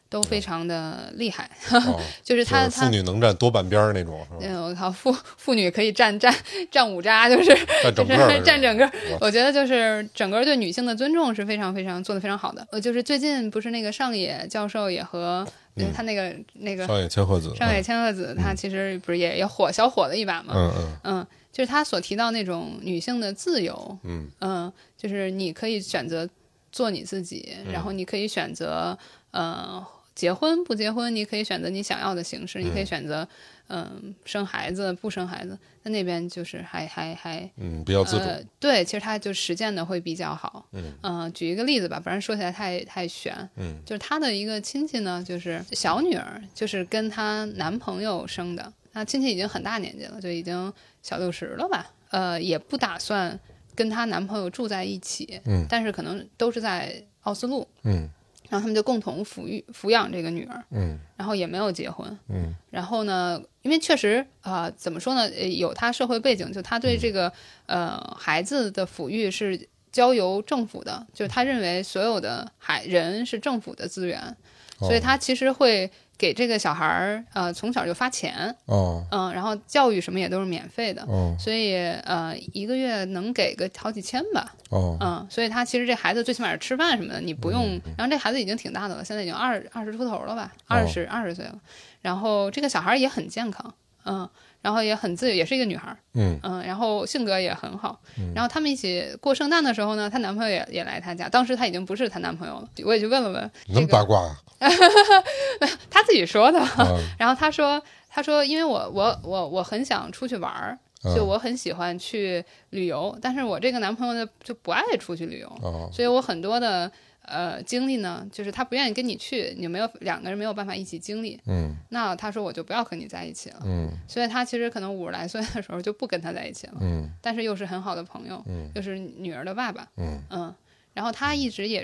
都非常的厉害， 就是他妇女能站多半边那种。 我靠，妇女可以站五扎，就是站整个。我觉得就是整个对女性的尊重是非常非常做得非常好的。就是最近不是那个上野教授也和他那个上野千鹤子，他其实不是也小火了一把嘛？就是他所提到那种女性的自由，就是你可以选择做你自己，然后你可以选择结婚不结婚，你可以选择你想要的形式，你可以选择生孩子不生孩子，在那边就是还比较自主。 对，其实他就实践的会比较好。举一个例子吧，不然说起来太悬。就是他的一个亲戚呢，就是小女儿，就是跟她男朋友生的，那亲戚已经很大年纪了，就已经小60了吧，也不打算跟她男朋友住在一起，但是可能都是在奥斯陆，然后他们就共同抚养这个女儿，然后也没有结婚，然后呢，因为确实怎么说呢，有他社会背景，就他对这个孩子的抚育是交由政府的，就是他认为所有的人是政府的资源，所以他其实会给这个小孩从小就发钱，然后教育什么也都是免费的，所以一个月能给个好几千吧，所以他其实这孩子最起码是吃饭什么的你不用，然后这孩子已经挺大的了，现在已经20出头了吧，20岁了，然后这个小孩也很健康，然后也很自由，也是一个女孩，然后性格也很好，然后他们一起过圣诞的时候呢，她男朋友也来她家，当时他已经不是她男朋友了，我也去问了问， 那么八卦他自己说的，然后他说因为我很想出去玩，就我很喜欢去旅游，但是我这个男朋友呢就不爱出去旅游，所以我很多的经历呢，就是他不愿意跟你去，你两个人没有办法一起经历，那他说我就不要和你在一起了，所以他其实可能50来岁的时候就不跟他在一起了，但是又是很好的朋友，又是女儿的爸爸，然后他一直也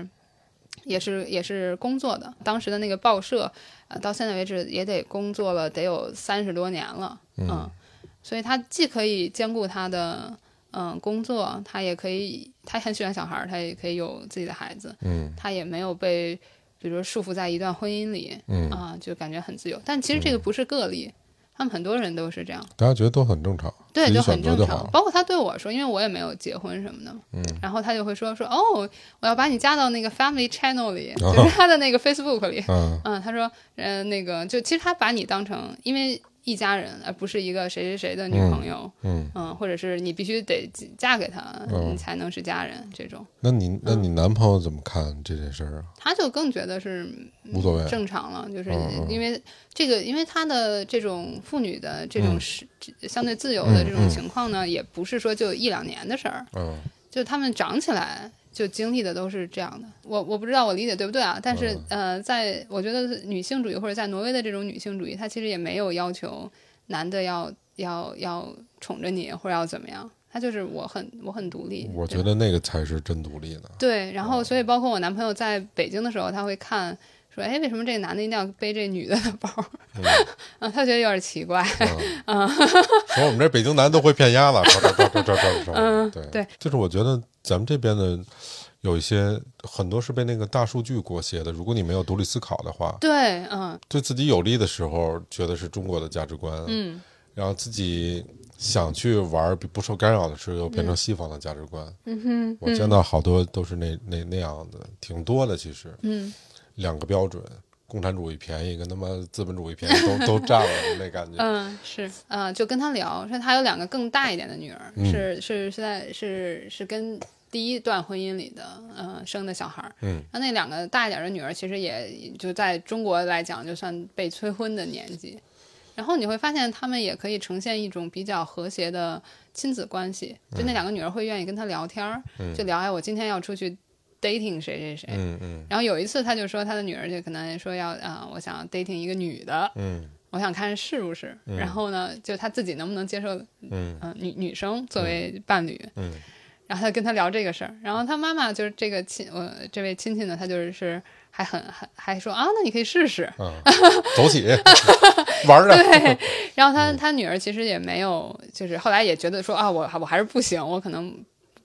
是工作的，当时的那个报社到现在为止也得工作了得有30多年了，所以他既可以兼顾他的工作，他很喜欢小孩，他也可以有自己的孩子，他也没有被比如说束缚在一段婚姻里，就感觉很自由，但其实这个不是个例，他们很多人都是这样， 大家觉得都很正常， 对，就很正常。包括他对我说，因为我也没有结婚什么的，然后他就会说哦，我要把你加到那个 Family Channel 里，就是他的那个 Facebook 里，他说那个就其实他把你当成因为一家人，而不是一个谁谁谁的女朋友，或者是你必须得嫁给他，你才能是家人这种。 那你男朋友怎么看这件事啊？ 他就更觉得是无所谓， 正常了，就是因为这个，因为他的这种妇女的这种相对自由的这种情况呢，也不是说就1-2年的事儿，就他们长起来就经历的都是这样的。我不知道我理解对不对啊？但是在我觉得女性主义或者在挪威的这种女性主义，它其实也没有要求男的要宠着你或者要怎么样，他就是我很独立。 我觉得那个才是真独立呢。 对，然后所以包括我男朋友在北京的时候，他会看说，哎，为什么这个男的一定要背这女的的包？他觉得有点奇怪。 说我们这北京男都会骗鸭子。 对， 就是我觉得咱们这边的有一些很多是被那个大数据裹挟的，如果你没有独立思考的话， 对， 对自己有利的时候觉得是中国的价值观，然后自己想去玩不受干扰的时候又变成西方的价值观。我见到好多都是那样的，挺多的其实。两个标准，共产主义便宜跟他妈资本主义便宜都占了那感觉。 是就跟他聊说他有2个更大一点的女儿，是跟第一段婚姻里的生的小孩，那2个大一点的女儿其实也就在中国来讲就算被催婚的年纪，然后你会发现他们也可以呈现一种比较和谐的亲子关系，就那2个女儿会愿意跟他聊天，就聊我今天要出去dating 谁谁谁，然后有一次他就说他的女儿就可能说要我想 dating 一个女的，我想看是不是，然后呢就他自己能不能接受女生作为伴侣，然后他跟他聊这个事儿，然后他妈妈就是这位亲戚呢，他就是还说那你可以试试， 走起玩的。 对，然后他女儿其实也没有，就是后来也觉得说我还是不行，我可能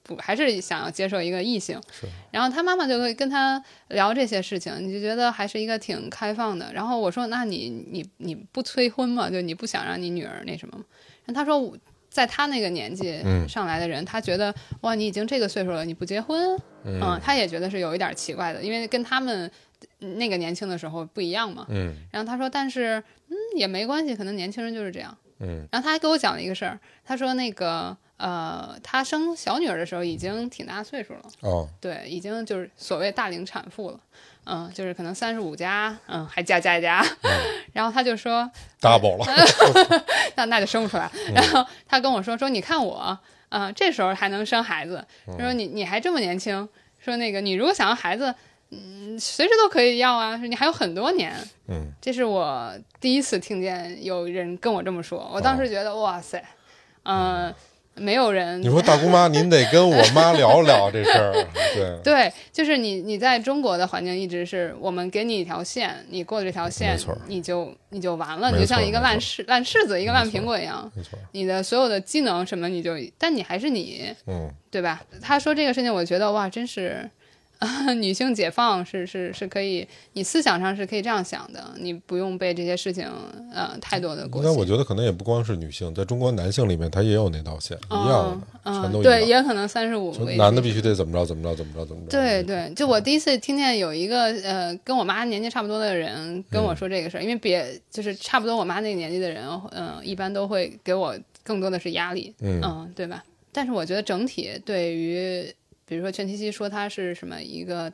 还是想要接受一个异性。然后他妈妈就会跟他聊这些事情，你就觉得还是一个挺开放的。然后我说那你不催婚吗？就你不想让你女儿那什么吗？然后他说在他那个年纪上来的人，他觉得哇你已经这个岁数了你不结婚，他也觉得是有一点奇怪的，因为跟他们那个年轻的时候不一样嘛。然后他说但是也没关系，可能年轻人就是这样。然后他还给我讲了一个事儿，他说那个他生小女儿的时候已经挺大岁数了。对，已经就是所谓大龄产妇了。就是可能35加，还加，然后他就说 double 了， 那就生不出来。然后他跟我说你看我，这时候还能生孩子，他说你还这么年轻，说那个你如果想要孩子，随时都可以要啊，你还有很多年。这是我第一次听见有人跟我这么说，我当时觉得哇塞，没有人。 你说大姑妈，您得跟我妈聊聊这事儿。 对，就是你在中国的环境一直是我们给你一条线，你过这条线，你就完了，你就像一个烂柿子，一个烂苹果一样。你的所有的技能什么，但你还是你，对吧？他说这个事情，我觉得哇，真是。女性解放是可以，你思想上是可以这样想的，你不用被这些事情太多的过。 那我觉得可能也不光是女性，在中国男性里面他也有那道线，一样的，全都一样。 对，也可能35个男的必须得怎么着。 对，就我第一次听见有一个跟我妈年纪差不多的人跟我说这个事儿，因为就是差不多我妈那个年纪的人，一般都会给我更多的是压力，对吧？但是我觉得整体对于。比如说全七七说他是什么一个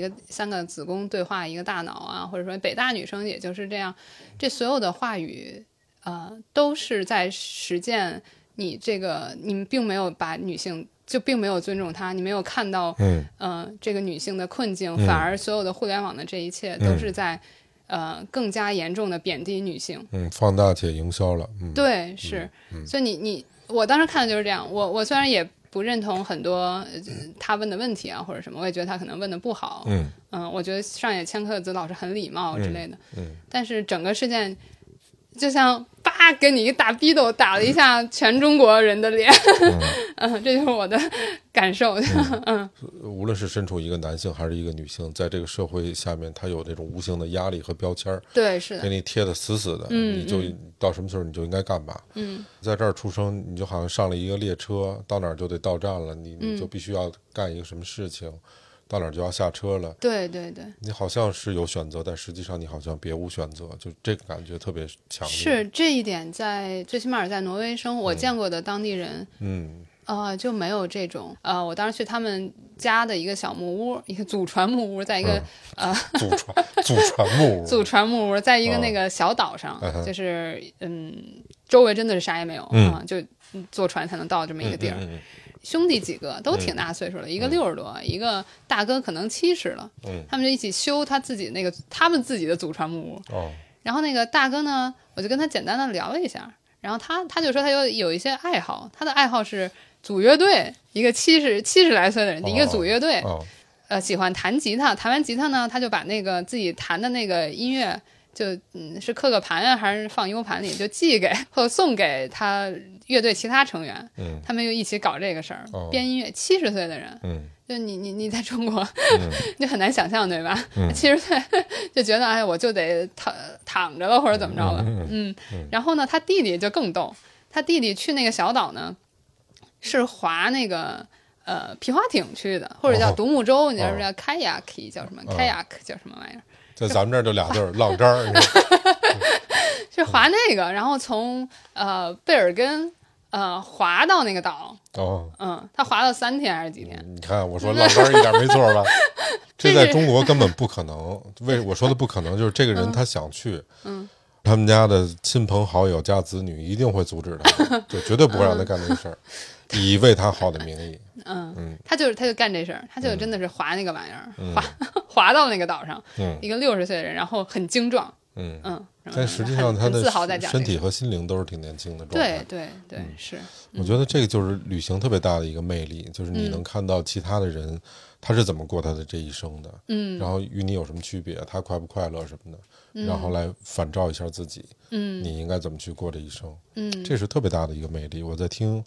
3个子宫对话一个大脑啊，或者说北大女生也就是这样，这所有的话语都是在实践你并没有把女性就并没有尊重她，你没有看到这个女性的困境，反而所有的互联网的这一切都是在更加严重的贬低女性， 放大且营销了。 对，是，所以我当时看的就是这样，我虽然也不认同很多他问的问题啊或者什么，我也觉得他可能问的不好。我觉得上野千鹤子老师很礼貌之类的。但是整个事件就像给你一个大逼斗打了一下全中国人的脸。这就是我的感受。 无论是身处一个男性还是一个女性，在这个社会下面，他有这种无形的压力和标签。 对，是的， 给你贴的死死的。你就到什么时候你就应该干嘛。在这儿出生，你就好像上了一个列车，到哪儿就得到站了，你就必须要干一个什么事情，到哪儿就要下车了。 对， 你好像是有选择，但实际上你好像别无选择，就这个感觉特别强烈。 是这一点最起码在挪威生活，我见过的当地人就没有这种我当时去他们家的一个小木屋，一个祖传木屋，在一个祖传木屋，在一个那个小岛上，就是周围真的是啥也没有就坐船才能到这么一个地儿。兄弟几个都挺大岁数了，一个60多，一个大哥可能70了。他们就一起修他们自己的祖传木屋。然后那个大哥呢，我就跟他简单的聊了一下，然后他就说他有一些爱好，他的爱好是组乐队，一个70来岁的人，一个组乐队，喜欢弹吉他，弹完吉他呢，他就把那个自己弹的那个音乐是刻个盘啊，还是放 U 盘里，就寄给或者送给他乐队其他成员，他们又一起搞这个事儿，编音乐。70岁的人，就你在中国，就很难想象，对吧？70岁就觉得哎，我就得躺着了或者怎么着了，然后呢，他弟弟就更逗，他弟弟去那个小岛呢，是划那个皮划艇去的，或者叫独木舟，你知道叫 kayak 叫什么 kayak 叫什么玩意儿？ 在咱们这儿就俩字儿，浪渣儿。 是划那个，然后从贝尔根划到那个岛。他划了3天还是几天？ 你看我说浪渣儿一点没错吧？这在中国根本不可能。我说的不可能，就是这个人他想去，他们家的亲朋好友加子女一定会阻止他，就绝对不会让他干这事儿。以为他好的名义， 他就干这事儿，他就真的是划那个玩意儿，划到那个岛上，一个60岁的人，然后很精壮， 但实际上他的身体和心灵都是挺年轻的状态。 对，是。 我觉得这个就是旅行特别大的一个魅力，就是你能看到其他的人他是怎么过他的这一生的，然后与你有什么区别，他快不快乐什么的，然后来反照一下自己，你应该怎么去过这一生，这是特别大的一个魅力。我在听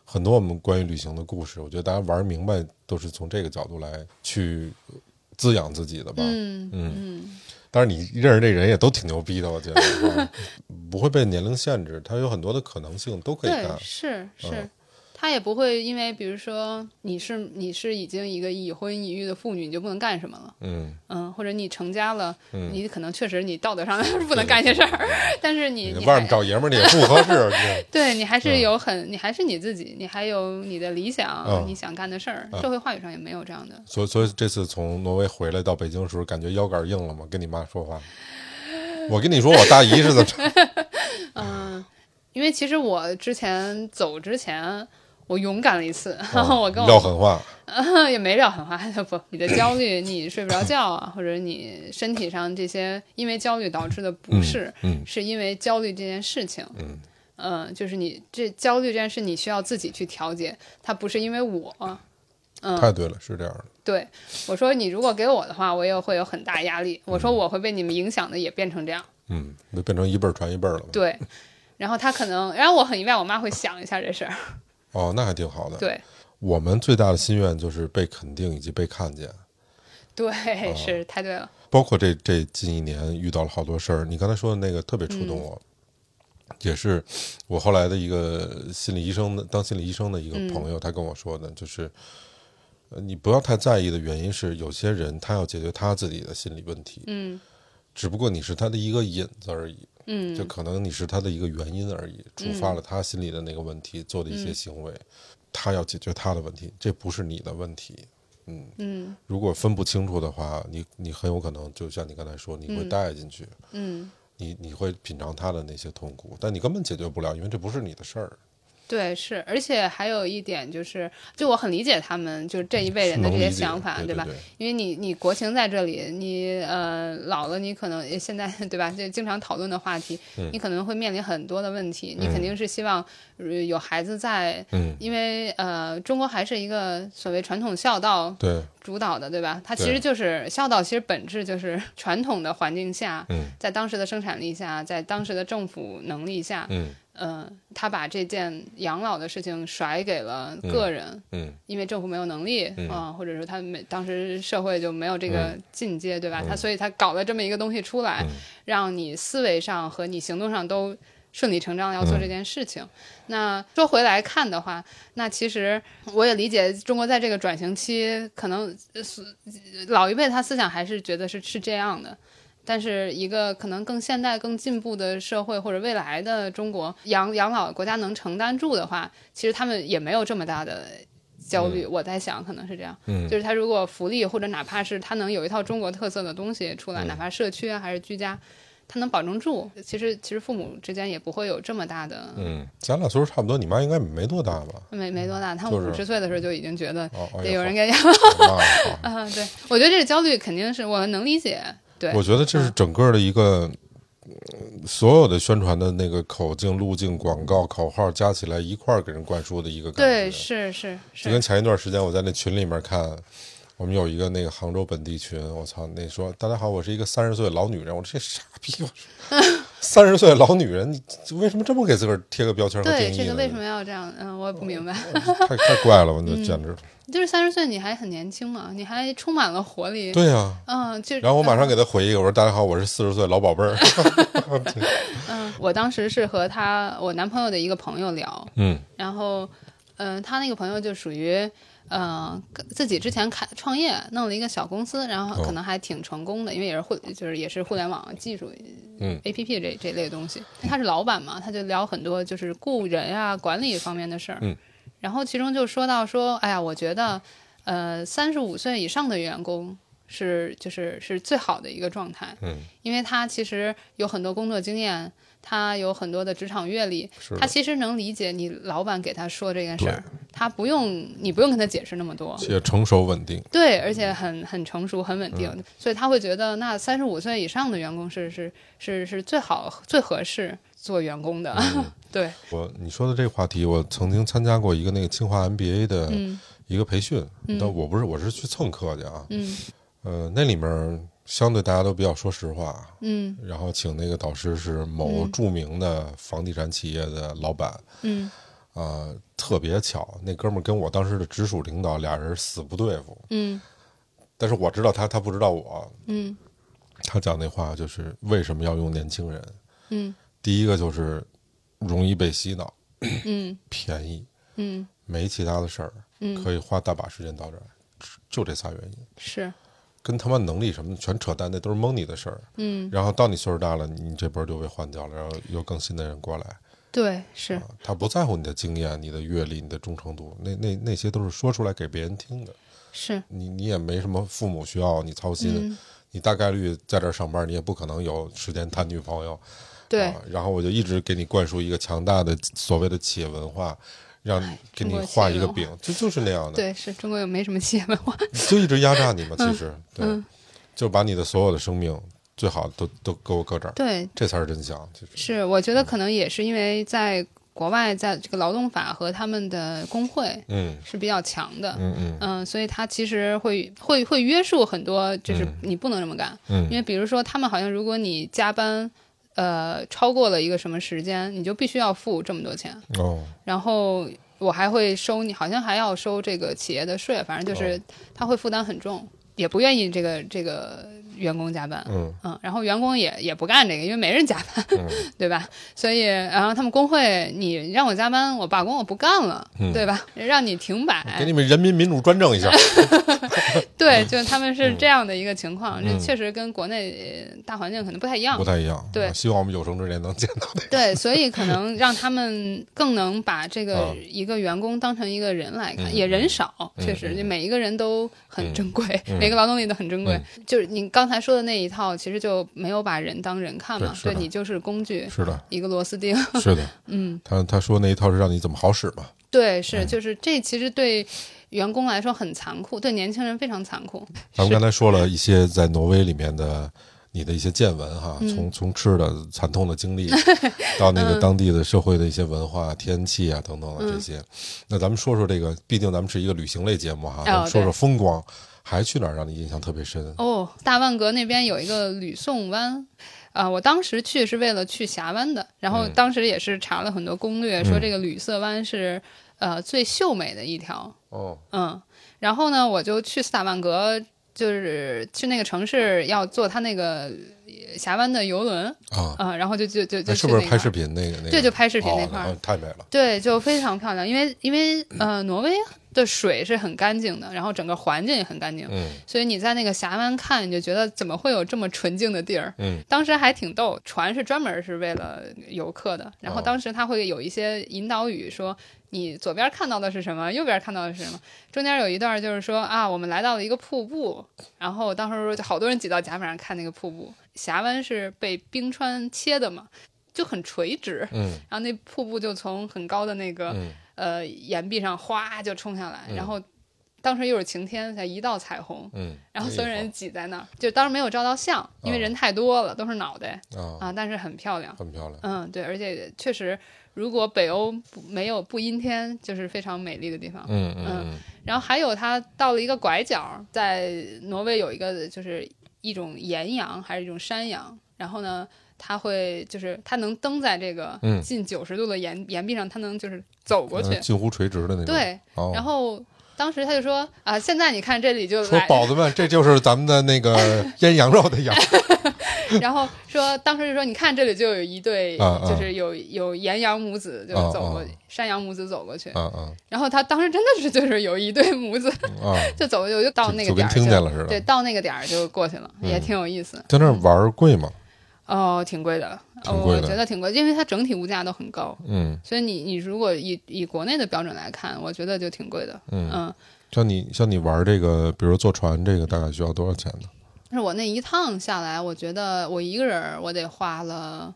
很多我们关于旅行的故事，我觉得大家玩明白都是从这个角度来去滋养自己的吧。但是你认识这人也都挺牛逼的，我觉得不会被年龄限制，他有很多的可能性都可以干。 对，是。他也不会因为比如说你是已经一个已婚已育的妇女，你就不能干什么了。或者你成家了，你可能确实你道德上不能干一些事儿，但是你外面找爷们儿你也不合适。 对，你还是你还是你自己，你还有你的理想，你想干的事儿。社会话语上也没有这样的。 所以这次从挪威回来到北京的时候，感觉腰杆硬了吗？跟你妈说话？我跟你说，我大姨是怎么？ 因为其实我走之前。我勇敢了一次，然后我跟我撂狠话， 也没撂狠话，不，你的焦虑，你睡不着觉啊，或者你身体上这些因为焦虑导致的不适，是因为焦虑这件事情，就是你这焦虑这件事你需要自己去调节，它不是因为我， 太对了，是这样的。 对，我说你如果给我的话，我也会有很大压力，我说我会被你们影响的也变成这样， 就变成一辈儿传一辈儿了。 对，然后他可能，然后我很意外，我妈会想一下这事儿。 那还挺好的。 对， 我们最大的心愿就是被肯定以及被看见。 对，是太对了。 包括这近一年遇到了好多事儿，你刚才说的那个特别触动我，也是我后来的一个当心理医生的一个朋友，他跟我说的，就是你不要太在意的原因是，有些人他要解决他自己的心理问题，只不过你是他的一个引子而已。就可能你是他的一个原因而已，触发了他心里的那个问题，做的一些行为，他要解决他的问题，这不是你的问题。如果分不清楚的话，你很有可能就像你刚才说，你会带进去，你会品尝他的那些痛苦，但你根本解决不了，因为这不是你的事儿。 对，是，而且还有一点就是，就我很理解他们就这一辈人的这些想法， 对吧？因为你国情在这里，你老了，你可能现在对吧？就经常讨论的话题，你可能会面临很多的问题，你肯定是希望有孩子在，因为中国还是一个所谓传统孝道主导的，对吧？它其实就是孝道，其实本质就是传统的环境下，在当时的生产力下，在当时的政府能力下，他把这件养老的事情甩给了个人，因为政府没有能力或者说他当时社会就没有这个进阶，对吧？所以他搞了这么一个东西出来，让你思维上和你行动上都顺理成章要做这件事情。那说回来看的话，那其实我也理解中国在这个转型期，可能老一辈他思想还是觉得是这样的。但是一个可能更现代更进步的社会或者未来的中国养老国家能承担住的话，其实他们也没有这么大的焦虑，我在想可能是这样，就是他如果福利或者哪怕是他能有一套中国特色的东西出来，哪怕社区还是居家，他能保证住，其实父母之间也不会有这么大的。 咱俩岁数差不多，你妈应该没多大吧？ 没多大，他们50岁的时候就已经觉得得有人给养对，我觉得这个焦虑肯定是我能理解。对， 我觉得这是整个的一个所有的宣传的那个口径、路径、广告、口号加起来一块儿给人灌输的一个感觉。 对，是。 就跟前一段时间我在那群里面看，我们有一个那个杭州本地群，我操，那说大家好，我是一个30岁的老女人，我这傻逼，30岁的老女人，你为什么这么给自个儿贴个标签和定义呢？ 对，这个为什么要这样？我也不明白， 太怪了，我就简直。 就是30岁你还很年轻嘛，你还充满了活力。 对呀，然后我马上给他回一个，我说大家好，我是40岁老宝贝儿。 我当时是和我男朋友的一个朋友聊，然后他那个朋友就属于自己之前创业弄了一个小公司，然后可能还挺成功的，因为也是互联网技术APP 这类的东西。他是老板嘛，他就聊很多就是雇人啊管理方面的事儿。然后其中就说到哎呀，我觉得35岁以上的员工是最好的一个状态，因为他其实有很多工作经验，他有很多的职场阅历，他其实能理解你老板给他说这件事儿，你不用跟他解释那么多， 且成熟稳定。对， 而且很成熟很稳定，所以他会觉得那35岁以上的员工是最好最合适做员工的。对， 你说的这个话题，我曾经参加过一个那个清华 MBA 的一个培训，但我是去蹭课去啊。那里面相对大家都比较说实话，然后请那个导师是某著名的房地产企业的老板， 特别巧，那哥们儿跟我当时的直属领导俩人死不对付，但是我知道他不知道我，他讲那话就是为什么要用年轻人，第一个就是容易被洗脑，便宜，没其他的事儿，可以花大把时间到这儿，就这仨原因， 是跟他妈能力什么全扯淡，那都是蒙你的事儿，然后到你岁数大了，你这波就被换掉了，然后有更新的人过来。 对，是、 他不在乎你的经验、你的阅历、你的忠诚度，那些都是说出来给别人听的。 是你也没什么父母需要你操心，你大概率在这儿上班，你也不可能有时间谈女朋友。 对、 然后我就一直给你灌输一个强大的所谓的企业文化，让给你画一个饼，就是那样的。 对，是中国又没什么企业文化， 就一直压榨你嘛。其实，对，就把你的所有的生命。最好都给我搁这儿，对，这才是真相。 是，我觉得可能也是因为在国外，在这个劳动法和他们的工会，是比较强的，所以他其实会约束很多，就是你不能这么干，因为比如说他们好像如果你加班，超过了一个什么时间，你就必须要付这么多钱，然后我还会收你，好像还要收这个企业的税，反正就是他会负担很重，也不愿意这个。员工加班，然后员工也不干这个，因为没人加班，对吧？所以，然后他们工会，你让我加班，我罢工，我不干了，对吧？让你停摆， 给你们人民民主专政一下。 对，就他们是这样的一个情况，这确实跟国内大环境可能不太一样，对， 希望我们有生之年能见到那个。 对，所以可能让他们更能把这个一个员工当成一个人来看，也人少，确实，每一个人都很珍贵，每个劳动力都很珍贵。就是你刚才说的那一套，其实就没有把人当人看嘛，对你就是工具， 是的， 一个螺丝钉， 是的，他说那一套是让你怎么好使嘛。 对，是，就是这其实对员工来说很残酷，对年轻人非常残酷。 咱们刚才说了一些在挪威里面的你的一些见闻哈，从吃的惨痛的经历到那个当地的社会的一些文化、天气啊等等的这些。那咱们说说这个，毕竟咱们是一个旅行类节目哈，咱们说说风光，还去哪儿让你印象特别深？ 大万阁那边有一个吕宋湾。我当时去是为了去峡湾的，然后当时也是查了很多攻略，说这个吕色湾是最秀美的一条。然后呢，我就去斯塔万格，就是去那个城市要坐他那个峡湾的游轮然后就是不是拍视频那个？ 对，就拍视频那块太美了。 对，就非常漂亮，因为挪威的水是很干净的，然后整个环境也很干净，所以你在那个峡湾看，你就觉得怎么会有这么纯净的地儿？当时还挺逗，船是专门是为了游客的，然后当时他会有一些引导语说。你左边看到的是什么？右边看到的是什么？中间有一段就是说我们来到了一个瀑布，然后当时就好多人挤到甲板上看那个瀑布。峡湾是被冰川切的嘛，就很垂直，然后那瀑布就从很高的那个岩壁上哗就冲下来，然后当时又是晴天，才一道彩虹，然后所有人挤在那儿，就当时没有照到相，因为人太多了，都是脑袋但是很漂亮， 很漂亮， 对，而且确实。如果北欧没有不阴天，就是非常美丽的地方。然后还有它到了一个拐角，在挪威有一个就是一种岩羊还是一种山羊，然后呢，它会就是它能蹬在这个近90度的岩壁上，它能就是走过去， 近乎垂直的那种。 对，然后。当时他就说现在你看这里就说宝子们，这就是咱们的那个腌羊肉的羊。 然后说，当时就说，你看这里就有一对，就是有岩羊母子就走过去，山羊母子走过去。然后他当时真的是就是有一对母子，就走就到那个点儿， 就跟听见了似的。 对，到那个点儿就过去了，也挺有意思。 在那儿玩贵吗？ 挺贵的，我觉得挺贵，因为它整体物价都很高，所以你如果以国内的标准来看，我觉得就挺贵的， 像你玩这个，比如坐船这个，大概需要多少钱呢？ 是我那一趟下来，我觉得我一个人我得花了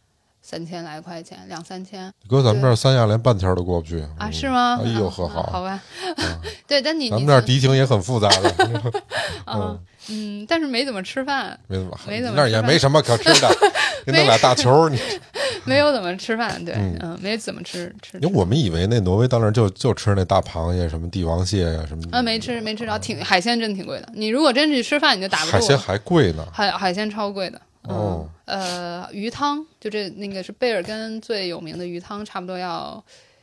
3000来块钱，2-3千。 搁咱们这儿三亚连半天都过不去是吗？ 哎呦呵， 好吧，对，但咱们这儿敌情也很复杂的， 但是没怎么吃饭， 没怎么，那儿也没什么可吃的，就那俩大球，你没有怎么吃饭，对，没怎么吃。 因为我们以为那挪威到那儿就吃那大螃蟹，什么帝王蟹呀什么。 没吃到，海鲜真挺贵的。你如果真去吃饭，你就打不住。 海鲜还贵呢， 海鲜超贵的。鱼汤就那个是贝尔根最有名的鱼汤，差不多要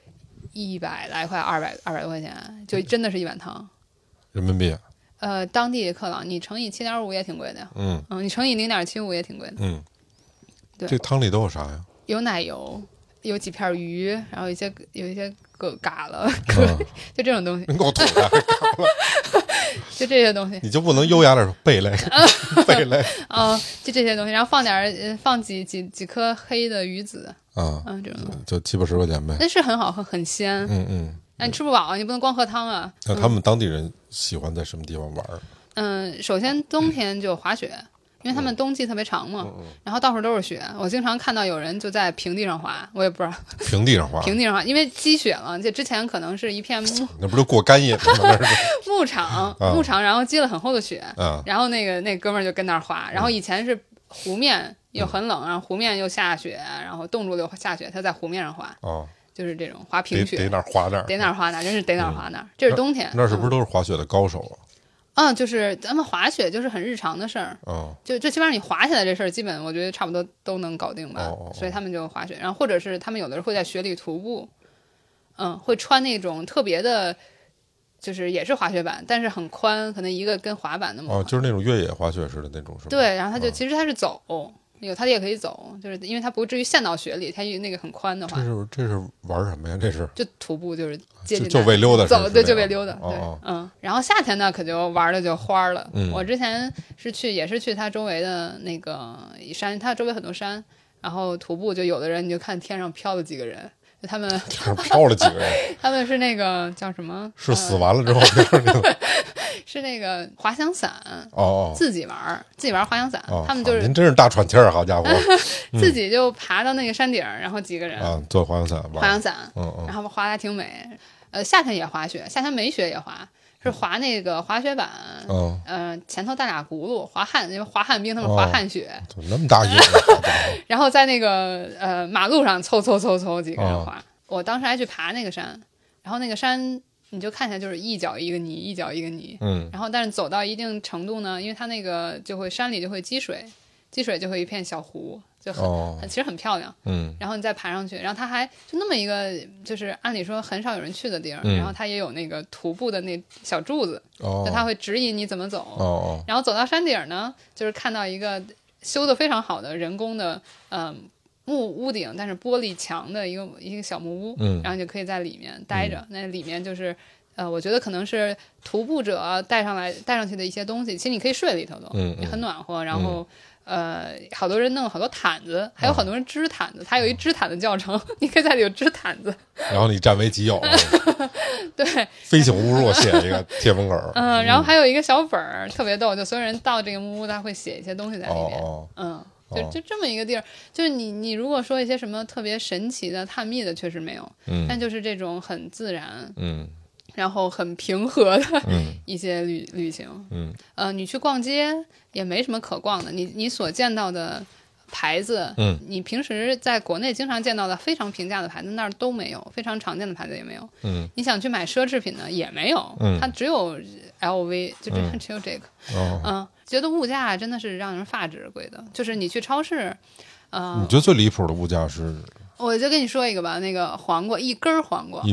100来块，200多块钱，就真的是一碗汤， 人民币。 当地克朗你乘以7.5也挺贵的呀。你乘以0.75也挺贵的。对。 这汤里都有啥呀？ 有奶油，有几片鱼，然后有一些嘎了，就这种东西。 够土的， 就这些东西。 你就不能优雅点说贝类？贝类。 就这些东西，然后放几颗黑的鱼子。这种就70-80块钱呗。 那是很好喝，很鲜。那你吃不饱，你不能光喝汤啊。 那他们当地人喜欢在什么地方玩？ 首先冬天就滑雪，因为他们冬季特别长嘛，然后到处都是雪。我经常看到有人就在平地上滑，我也不知道。 平地上滑， 因为积雪了，这之前可能是一片那不是过干瘾吗？ 牧场，然后积了很厚的雪，然后那哥们儿就跟那儿滑，然后以前是湖面又很冷，然后湖面又下雪，然后冻住了又下雪，他在湖面上滑。就是这种滑平雪， 得哪儿滑哪儿， 得哪儿滑哪儿，真是得哪儿滑哪儿。这是冬天， 那是不是都是滑雪的高手啊？ 就是咱们滑雪就是很日常的事儿。就最起码你滑下来这事儿，基本我觉得差不多都能搞定吧。所以他们就滑雪，然后或者是他们有的人会在雪里徒步，会穿那种特别的，就是也是滑雪板，但是很宽，可能一个跟滑板那么。 就是那种越野滑雪似的那种，是吧？ 对，然后其实他是走。他也可以走，就是因为它不至于陷到雪里，它那个很宽的话。 这是玩什么呀？这是就徒步，就是接近就为溜达走，对，就为溜达。 对， 然后夏天呢，可就玩的就花了。我之前也是去它周围的那个山，它周围很多山，然后徒步就有的人你就看天上飘了几个人。他们飘了几个人， 他们是那个叫什么？ 是死完了之后是那个滑翔伞自己玩滑翔伞。他们就是您真是大喘气儿，好家伙！ 自己就爬到那个山顶，然后几个人坐滑翔伞玩。 滑翔伞，然后滑的还挺美。夏天也滑雪，夏天没雪也滑。是滑那个滑雪板，前头带俩轱辘，因为滑旱冰他们滑旱雪， 怎么那么大瘾？ 然后在那个马路上凑几个人滑。我当时还去爬那个山，然后那个山你就看起来就是一脚一个泥，一脚一个泥，然后但是走到一定程度呢，因为它那个山里就会积水就会一片小湖。就其实很漂亮，然后你再爬上去，然后它还就那么一个，就是按理说很少有人去的地儿，然后它也有那个徒步的那小柱子，就它会指引你怎么走，然后走到山顶呢，就是看到一个修得非常好的人工的木屋顶，但是玻璃墙的一个小木屋，然后你就可以在里面待着，那里面就是我觉得可能是徒步者带上去的一些东西，其实你可以睡里头都，很暖和，然后。好多人弄了好多毯子，还有很多人织毯子，它有一织毯的教程，你可以在里头织毯子。 然后你占为己有。 对， 非请勿入写一个贴封口。 然后还有一个小本儿，特别逗，就所有人到这个木屋，他会写一些东西在里面。就这么一个地儿，就是你如果说一些什么特别神奇的、探秘的，确实没有。但就是这种很自然。然后很平和的一些旅行，你去逛街也没什么可逛的，你所见到的牌子，你平时在国内经常见到的非常平价的牌子那儿都没有，非常常见的牌子也没有，你想去买奢侈品呢也没有，它只有 LV， 就只有这个，觉得物价真的是让人发指贵的，就是你去超市， 你觉得最离谱的物价是？ 我就跟你说一个吧，那个黄瓜，一根黄瓜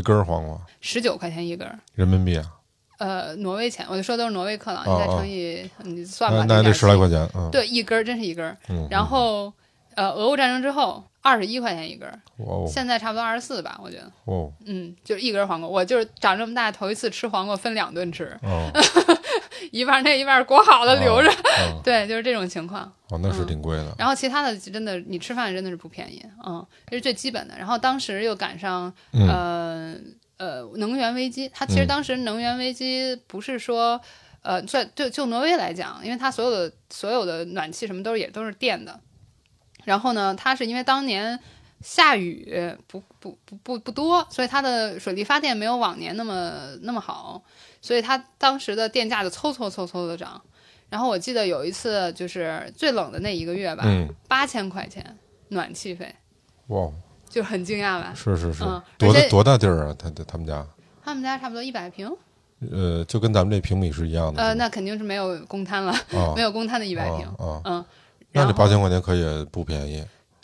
19块钱一根，人民币啊？挪威钱，我就说都是挪威克朗，你再乘以，你算吧， 那得10来块钱。 对，一根真是一根。然后，俄乌战争之后21块钱一根，现在差不多24吧，我觉得。就是一根黄瓜，我就是长这么大头一次吃黄瓜分2顿吃，一半那一半裹好了留着，对，就是这种情况。 那是挺贵的。 然后其他的真的，你吃饭真的是不便宜，这是最基本的。然后当时又赶上能源危机，它其实当时能源危机不是说就挪威来讲，因为它所有的暖气什么也都是电的。然后呢，它是因为当年下雨不多，所以它的水力发电没有往年那么好，所以它当时的电价就嗖的涨。然后我记得有一次就是最冷的那一个月吧，8000块钱暖气费， 哇， 就很惊讶吧？ 是，多大地儿啊？他们家差不多100平， 就跟咱们这平米是一样的。 那肯定是没有公摊了，没有公摊的100平， 那这8000块钱可以不便宜。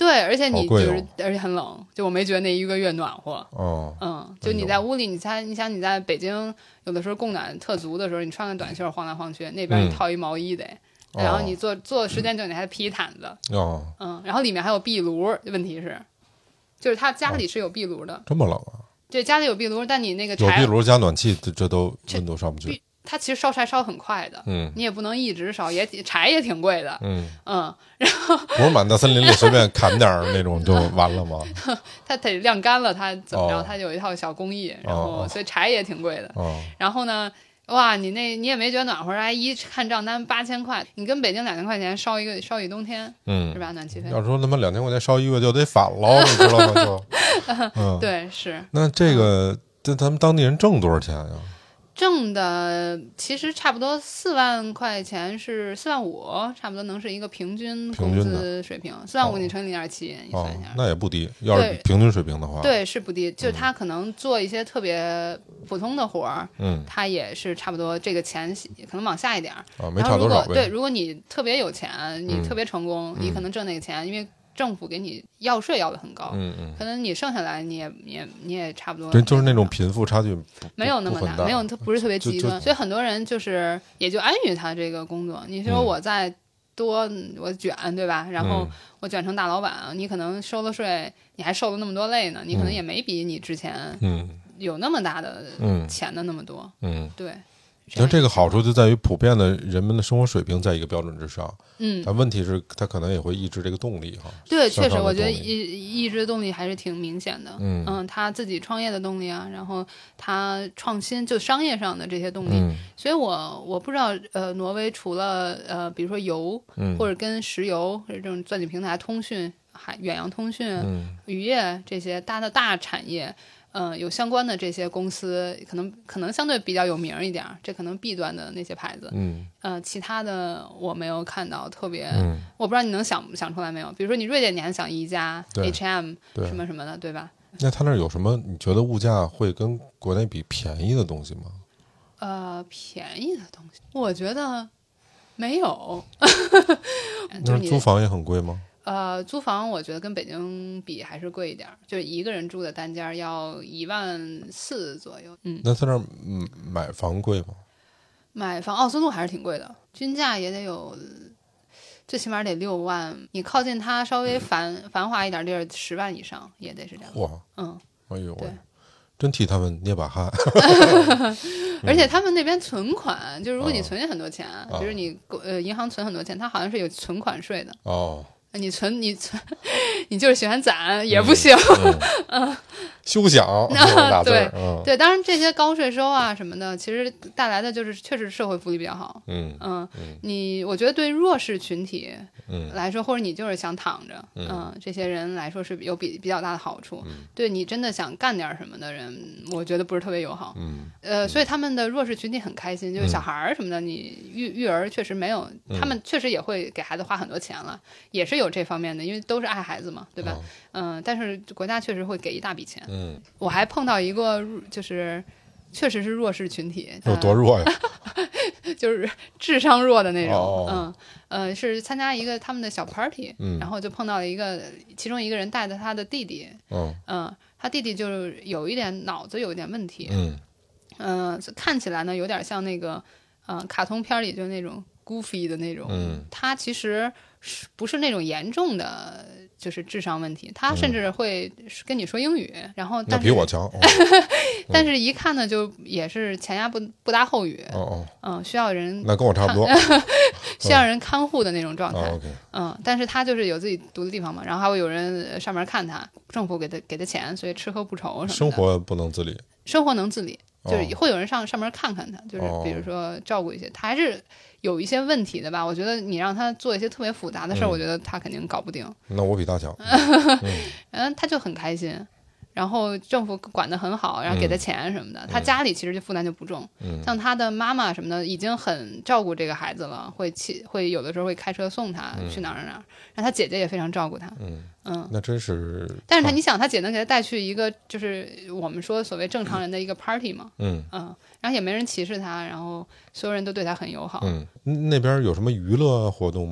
对，而且你就是、 哦、 而且很冷，就我没觉得那1个月暖和。就你在屋里，你想你在北京有的时候供暖特足的时候，你穿个短袖晃来晃去，那边你套一毛衣得。然后你坐时间久，你还披毯子。然后里面还有壁炉，问题是，就是他家里是有壁炉的。 这么冷啊？ 对，家里有壁炉，但你那个柴有壁炉加暖气，这都温度上不去。 它其实烧柴烧很快的，你也不能一直烧，柴也挺贵的，然后不是满大森林里随便砍点那种就完了吗？ 它得晾干了，它怎么着？它有一套小工艺，然后所以柴也挺贵的。然后呢，哇，你也没觉得暖和，还一看账单8000块，你跟北京2000块钱烧一冬天，是吧？暖气费。 要说他妈2000块钱烧1个月就得反了，你知道吗？就， 对，是。 那这个，咱们当地人挣多少钱呀？ 挣的其实差不多4万块钱是4万5，差不多能是一个平均工资水平。4万5你乘以0.7，你算一下， 那也不低。要是平均水平的话， 对，是不低。就是他可能做一些特别普通的活儿，他也是差不多这个钱可能往下一点没差多少呗。 对，如果你特别有钱，你特别成功，你可能挣那个钱，因为政府给你要税要的很高，可能你剩下来你也差不多。 对，就是那种贫富差距没有那么大，没有，它不是特别极端，所以很多人就是也就安于他这个工作。你说我再多我卷，对吧？然后我卷成大老板，你可能收了税，你还受了那么多累呢，你可能也没比你之前有那么大的钱的那么多，对。 那这个好处就在于普遍的人们的生活水平在一个标准之上，但问题是它可能也会抑制这个动力哈。 对，确实，我觉得抑制动力还是挺明显的。他自己创业的动力啊，然后他创新就商业上的这些动力。所以我不知道挪威除了比如说油，或者跟石油或者这种钻井平台、通讯、远洋通讯、渔业这些大产业。有相关的这些公司，可能相对比较有名一点，这可能 B 端的那些牌子，其他的我没有看到特别，我不知道你能想出来没有？比如说你瑞典，你还想宜家、H&M 什么什么的，对吧？ 那他那有什么？你觉得物价会跟国内比便宜的东西吗？ 便宜的东西，我觉得没有。 那租房也很贵吗？ 租房我觉得跟北京比还是贵一点，就是一个人住的单间要1.4万左右。 那在那儿买房贵吗？ 买房奥斯陆还是挺贵的，均价也得有，最起码得6万。你靠近它稍微繁华一点地儿，10万以上也得是这样。 哇，哎呦，对，真替他们捏把汗。 而且他们那边存款，就是如果你存很多钱，比如你银行存很多钱，它好像是有存款税的。你存，你就是喜欢攒也不行， 休想。 对，当然这些高税收啊什么的，其实带来的就是确实社会福利比较好。我觉得对弱势群体来说，或者你就是想躺着，这些人来说是有比较大的好处。对你真的想干点什么的人，我觉得不是特别友好。所以他们的弱势群体很开心，就是小孩儿什么的，你育儿确实没有，他们确实也会给孩子花很多钱了，也是有这方面的，因为都是爱孩子嘛，对吧？但是国家确实会给一大笔钱。我还碰到一个就是确实是弱势群体， 有多弱呀？ 就是智商弱的那种。是参加一个他们的小 party，然后就碰到了其中一个人带着他的弟弟。他弟弟就是脑子有一点问题。看起来呢有点像那个卡通片里就那种 goofy 的那种。他其实不是那种严重的就是智商问题，他甚至会跟你说英语，然后但是比我强。 但是一看呢就也是前言不搭后语。需要人， 那跟我差不多。 需要人看护的那种状态。但是他就是有自己独的地方嘛，然后还会有人上门看他，政府给他钱，所以吃喝不愁什么的。 生活不能自理， 生活能自理，就是会有人上门看看他，就是比如说照顾一些，他还是有一些问题的吧。我觉得你让他做一些特别复杂的事儿，我觉得他肯定搞不定。 那我比他强。 然后他就很开心，然后政府管得很好，然后给他钱什么的，他家里其实就负担就不重。像他的妈妈什么的已经很照顾这个孩子了，会有的时候会开车送他去哪儿，然后他姐姐也非常照顾他。 那真是。 但是你想，他姐能给他带去一个就是我们说所谓正常人的一个 party 嘛。然后也没人歧视他，然后所有人都对他很友好。 那边有什么娱乐活动吗？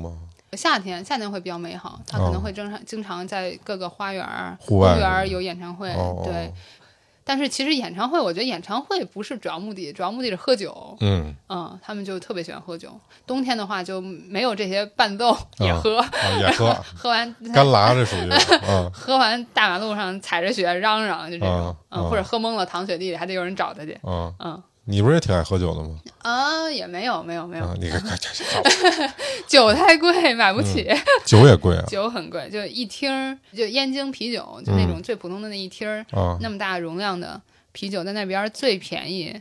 夏天会比较美好，它可能会经常在各个花园、 户外公园有演唱会，对。但是其实演唱会，我觉得演唱会不是主要目的，主要目的是喝酒。他们就特别喜欢喝酒。冬天的话就没有这些伴奏，也喝， 也喝， 喝完干拉这属于， 喝完大马路上踩着雪嚷嚷，就这种，或者喝懵了躺雪地里，还得有人找他去。 你不是也挺爱喝酒的吗？ 也没有。 你看， 酒太贵，买不起。 酒也贵啊， 酒很贵，就一听就燕京啤酒，就那种最普通的那一听那么大容量的啤酒，在那边最便宜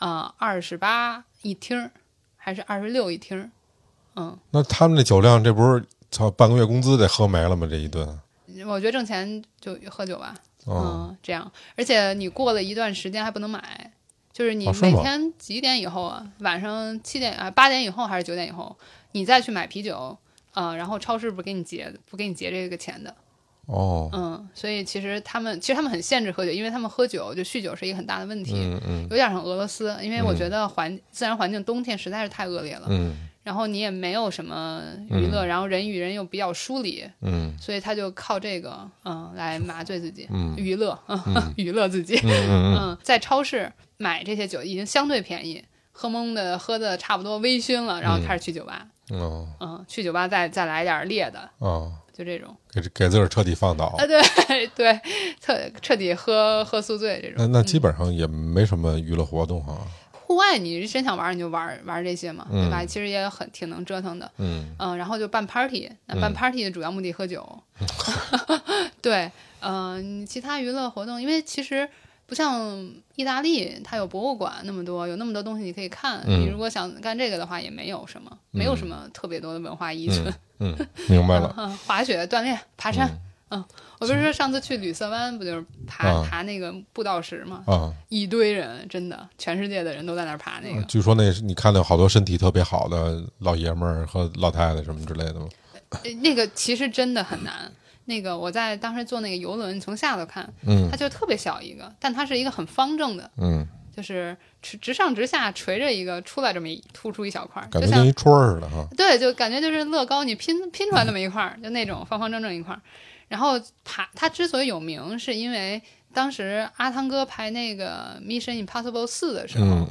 28一听，还是26一听。 那他们那酒量，这不是半个月工资得喝没了吗？这一顿， 我觉得挣钱就喝酒吧。这样，而且你过了一段时间还不能买。就是你每天几点以后啊？晚上7点8点以后还是9点以后，你再去买啤酒，然后超市不给你结这个钱的。所以其实他们很限制喝酒，因为他们喝酒就酗酒是一个很大的问题。有点像俄罗斯，因为我觉得自然环境冬天实在是太恶劣了。然后你也没有什么娱乐，然后人与人又比较疏离，所以他就靠这个来麻醉自己，娱乐娱乐自己。在超市买这些酒已经相对便宜，喝的差不多微醺了，然后开始去酒吧。去酒吧再来点烈的。就这种给自个儿彻底放倒。 对，彻底喝宿醉这种。 那基本上也没什么娱乐活动哈。 户外你真想玩你就玩这些嘛，对吧？其实也挺能折腾的。然后就办 party， 那办 party 的主要目的喝酒。对，其他娱乐活动，因为其实不像意大利，它有博物馆那么多，有那么多东西你可以看。你如果想干这个的话，也没有什么特别多的文化遗存。 明白了。 滑雪、锻炼、爬山。我不是说上次去吕瑟湾，不就是爬那个步道石吗？一堆人，真的，全世界的人都在那儿爬那个。 据说你看到好多身体特别好的老爷们儿和老太太什么之类的吗？ 那个其实真的很难。那个我在当时坐那个游轮，从下头看，它就特别小一个，但它是一个很方正的，就是直上直下垂着一个，出来这么突出一小块， 感觉跟一戳似的哈。 对，就感觉就是乐高你拼出来那么一块，就那种方方正正一块。然后它之所以有名，是因为当时阿汤哥拍那个《Mission Impossible 4》的时候，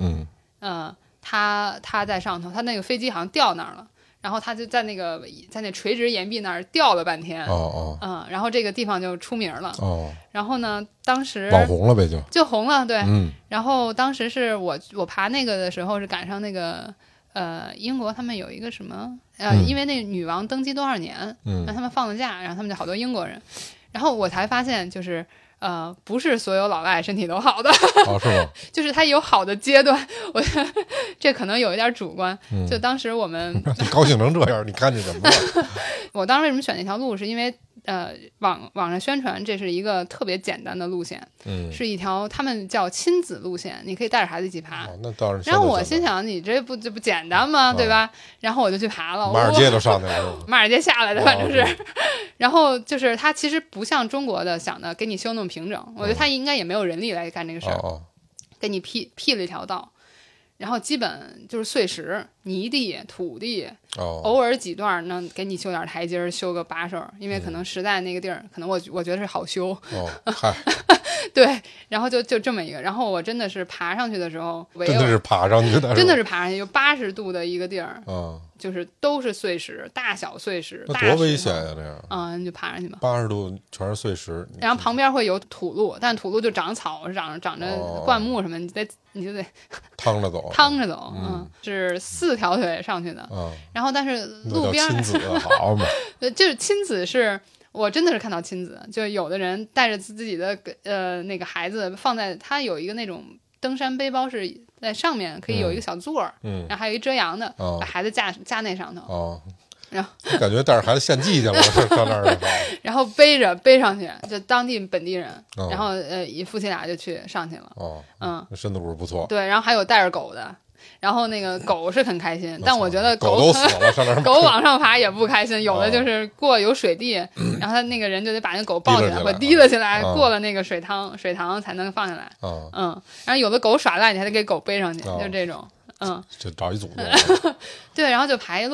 他在上头，他那个飞机好像掉那儿了。然后他就在那垂直岩壁那儿吊了半天。然后这个地方就出名了。然后呢，当时网红了呗， 就红了，对。然后当时是我爬那个的时候是赶上那个英国他们有一个什么因为那个女王登基多少年，让他们放了假，然后他们就好多英国人，然后我才发现就是不是所有老外身体都好的。 是吗？ 就是他有好的阶段，我觉得这可能有一点主观。就当时我们你高兴成这样，你看见什么了？ 我当时为什么选那条路，是因为网上宣传这是一个特别简单的路线，是一条他们叫亲子路线，你可以带着孩子一起爬。 那当然。 然后我心想，你这不简单吗？对吧？然后我就去爬了。 马尔街都上去了。 马尔街下来的，反正是。然后就是它其实不像中国的想的给你修那么平整，我觉得它应该也没有人力来干这个事儿，给你辟了一条道。然后基本就是碎石、泥地、土地，偶尔几段呢给你修点台阶，修个把手，因为可能实在那个地儿，可能我觉得是好修。对，然后就这么一个，然后我真的是爬上去的时候， 真的是爬上去的， 真的是爬上去，有80度的一个地儿，就是都是碎石，大小碎石， 那多危险呀！这样， 你就爬上去吧。 80度全是碎石， 然后旁边会有土路，但土路就长草，长着灌木什么，你就得趟着走， 是4条腿上去的，然后但是路边亲子好嘛， 就是亲子是。我真的是看到亲子，就有的人带着自己的那个孩子放在，他有一个那种登山背包是在上面可以有一个小座儿，然后还有一遮阳的，把孩子架那上头，然后感觉带着孩子献祭去了，上那儿然后背上去，就当地本地人，然后夫妻俩就去上去了， 深度不错， 对，然后还有带着狗的。然后那个狗是很开心，但我觉得狗都死了，上那狗往上爬也不开心，有的就是有水地，然后他那个人就得把那狗抱起来或提了起来，过了那个水塘才能放下来。然后有的狗耍赖，你还得给狗背上去，就这种。 就找一组对， 然后就爬一路，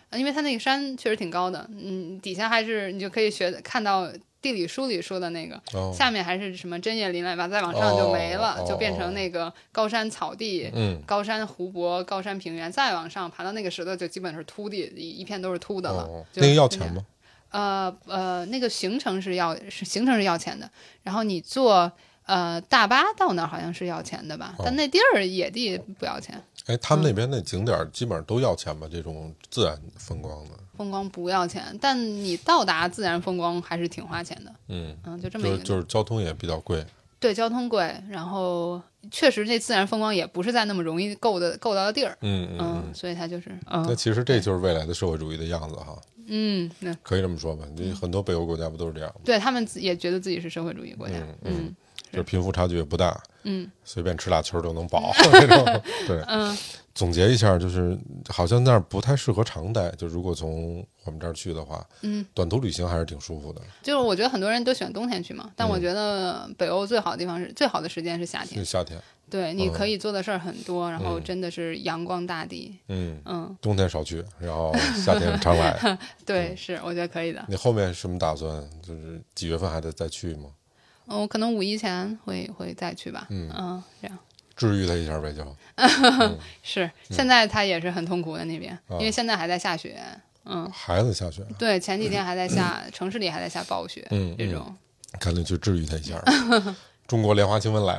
因为它那个山确实挺高的，底下还是你就可以看到地理书里说的那个，下面还是什么针叶林来吧，再往上就没了，就变成那个高山草地、高山湖泊、高山平原，再往上爬到那个石头就基本是秃地，一片都是秃的了。 那个要钱吗？ 那个行程是要钱的，然后你坐大巴到那儿好像是要钱的吧，但那地儿野地不要钱。 他们那边那景点基本上都要钱吧？这种自然风光的风光不要钱，但你到达自然风光还是挺花钱的。就这么一个， 就是交通也比较贵。 对，交通贵，然后确实这自然风光也不是在那么容易够到的地儿。所以它就是那其实这就是未来的社会主义的样子哈。可以这么说吧？很多北欧国家不都是这样吗？ 对，他们也觉得自己是社会主义国家。 就是贫富差距也不大，随便吃俩球就能饱那种。对，总结一下，就是好像那儿不太适合常待，就如果从我们这儿去的话，短途旅行还是挺舒服的。 就是我觉得很多人都喜欢冬天去嘛，但我觉得北欧最好的地方最好的时间是夏天。 是夏天。 对，你可以做的事儿很多，然后真的是阳光大地。 冬天少去，然后夏天常来。 对，是我觉得可以的。 你后面什么打算？就是几月份还得再去吗？ 我可能5一前会再去吧。这样治愈他一下呗，就。 是，现在他也是很痛苦的那边，因为现在还在下雪。 孩子下雪。对， 前几天还在下，城市里还在下暴雪。这种赶紧去治愈他一下。中国莲花清瘟来了。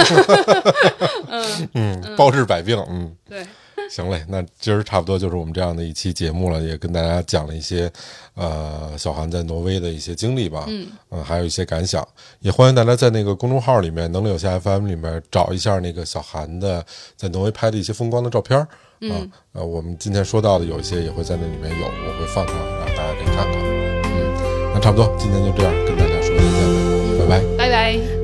包治百病。 对。 行嘞，那今儿差不多就是我们这样的一期节目了，也跟大家讲了一些小韩在挪威的一些经历吧，还有一些感想，也欢迎大家在那个公众号里面能力有限 FM 里面找一下那个小韩的在挪威拍的一些风光的照片我们今天说到的有一些也会在那里面有，我会放上，然后大家可以看看。那差不多今天就这样跟大家说再见了，拜拜。 拜拜。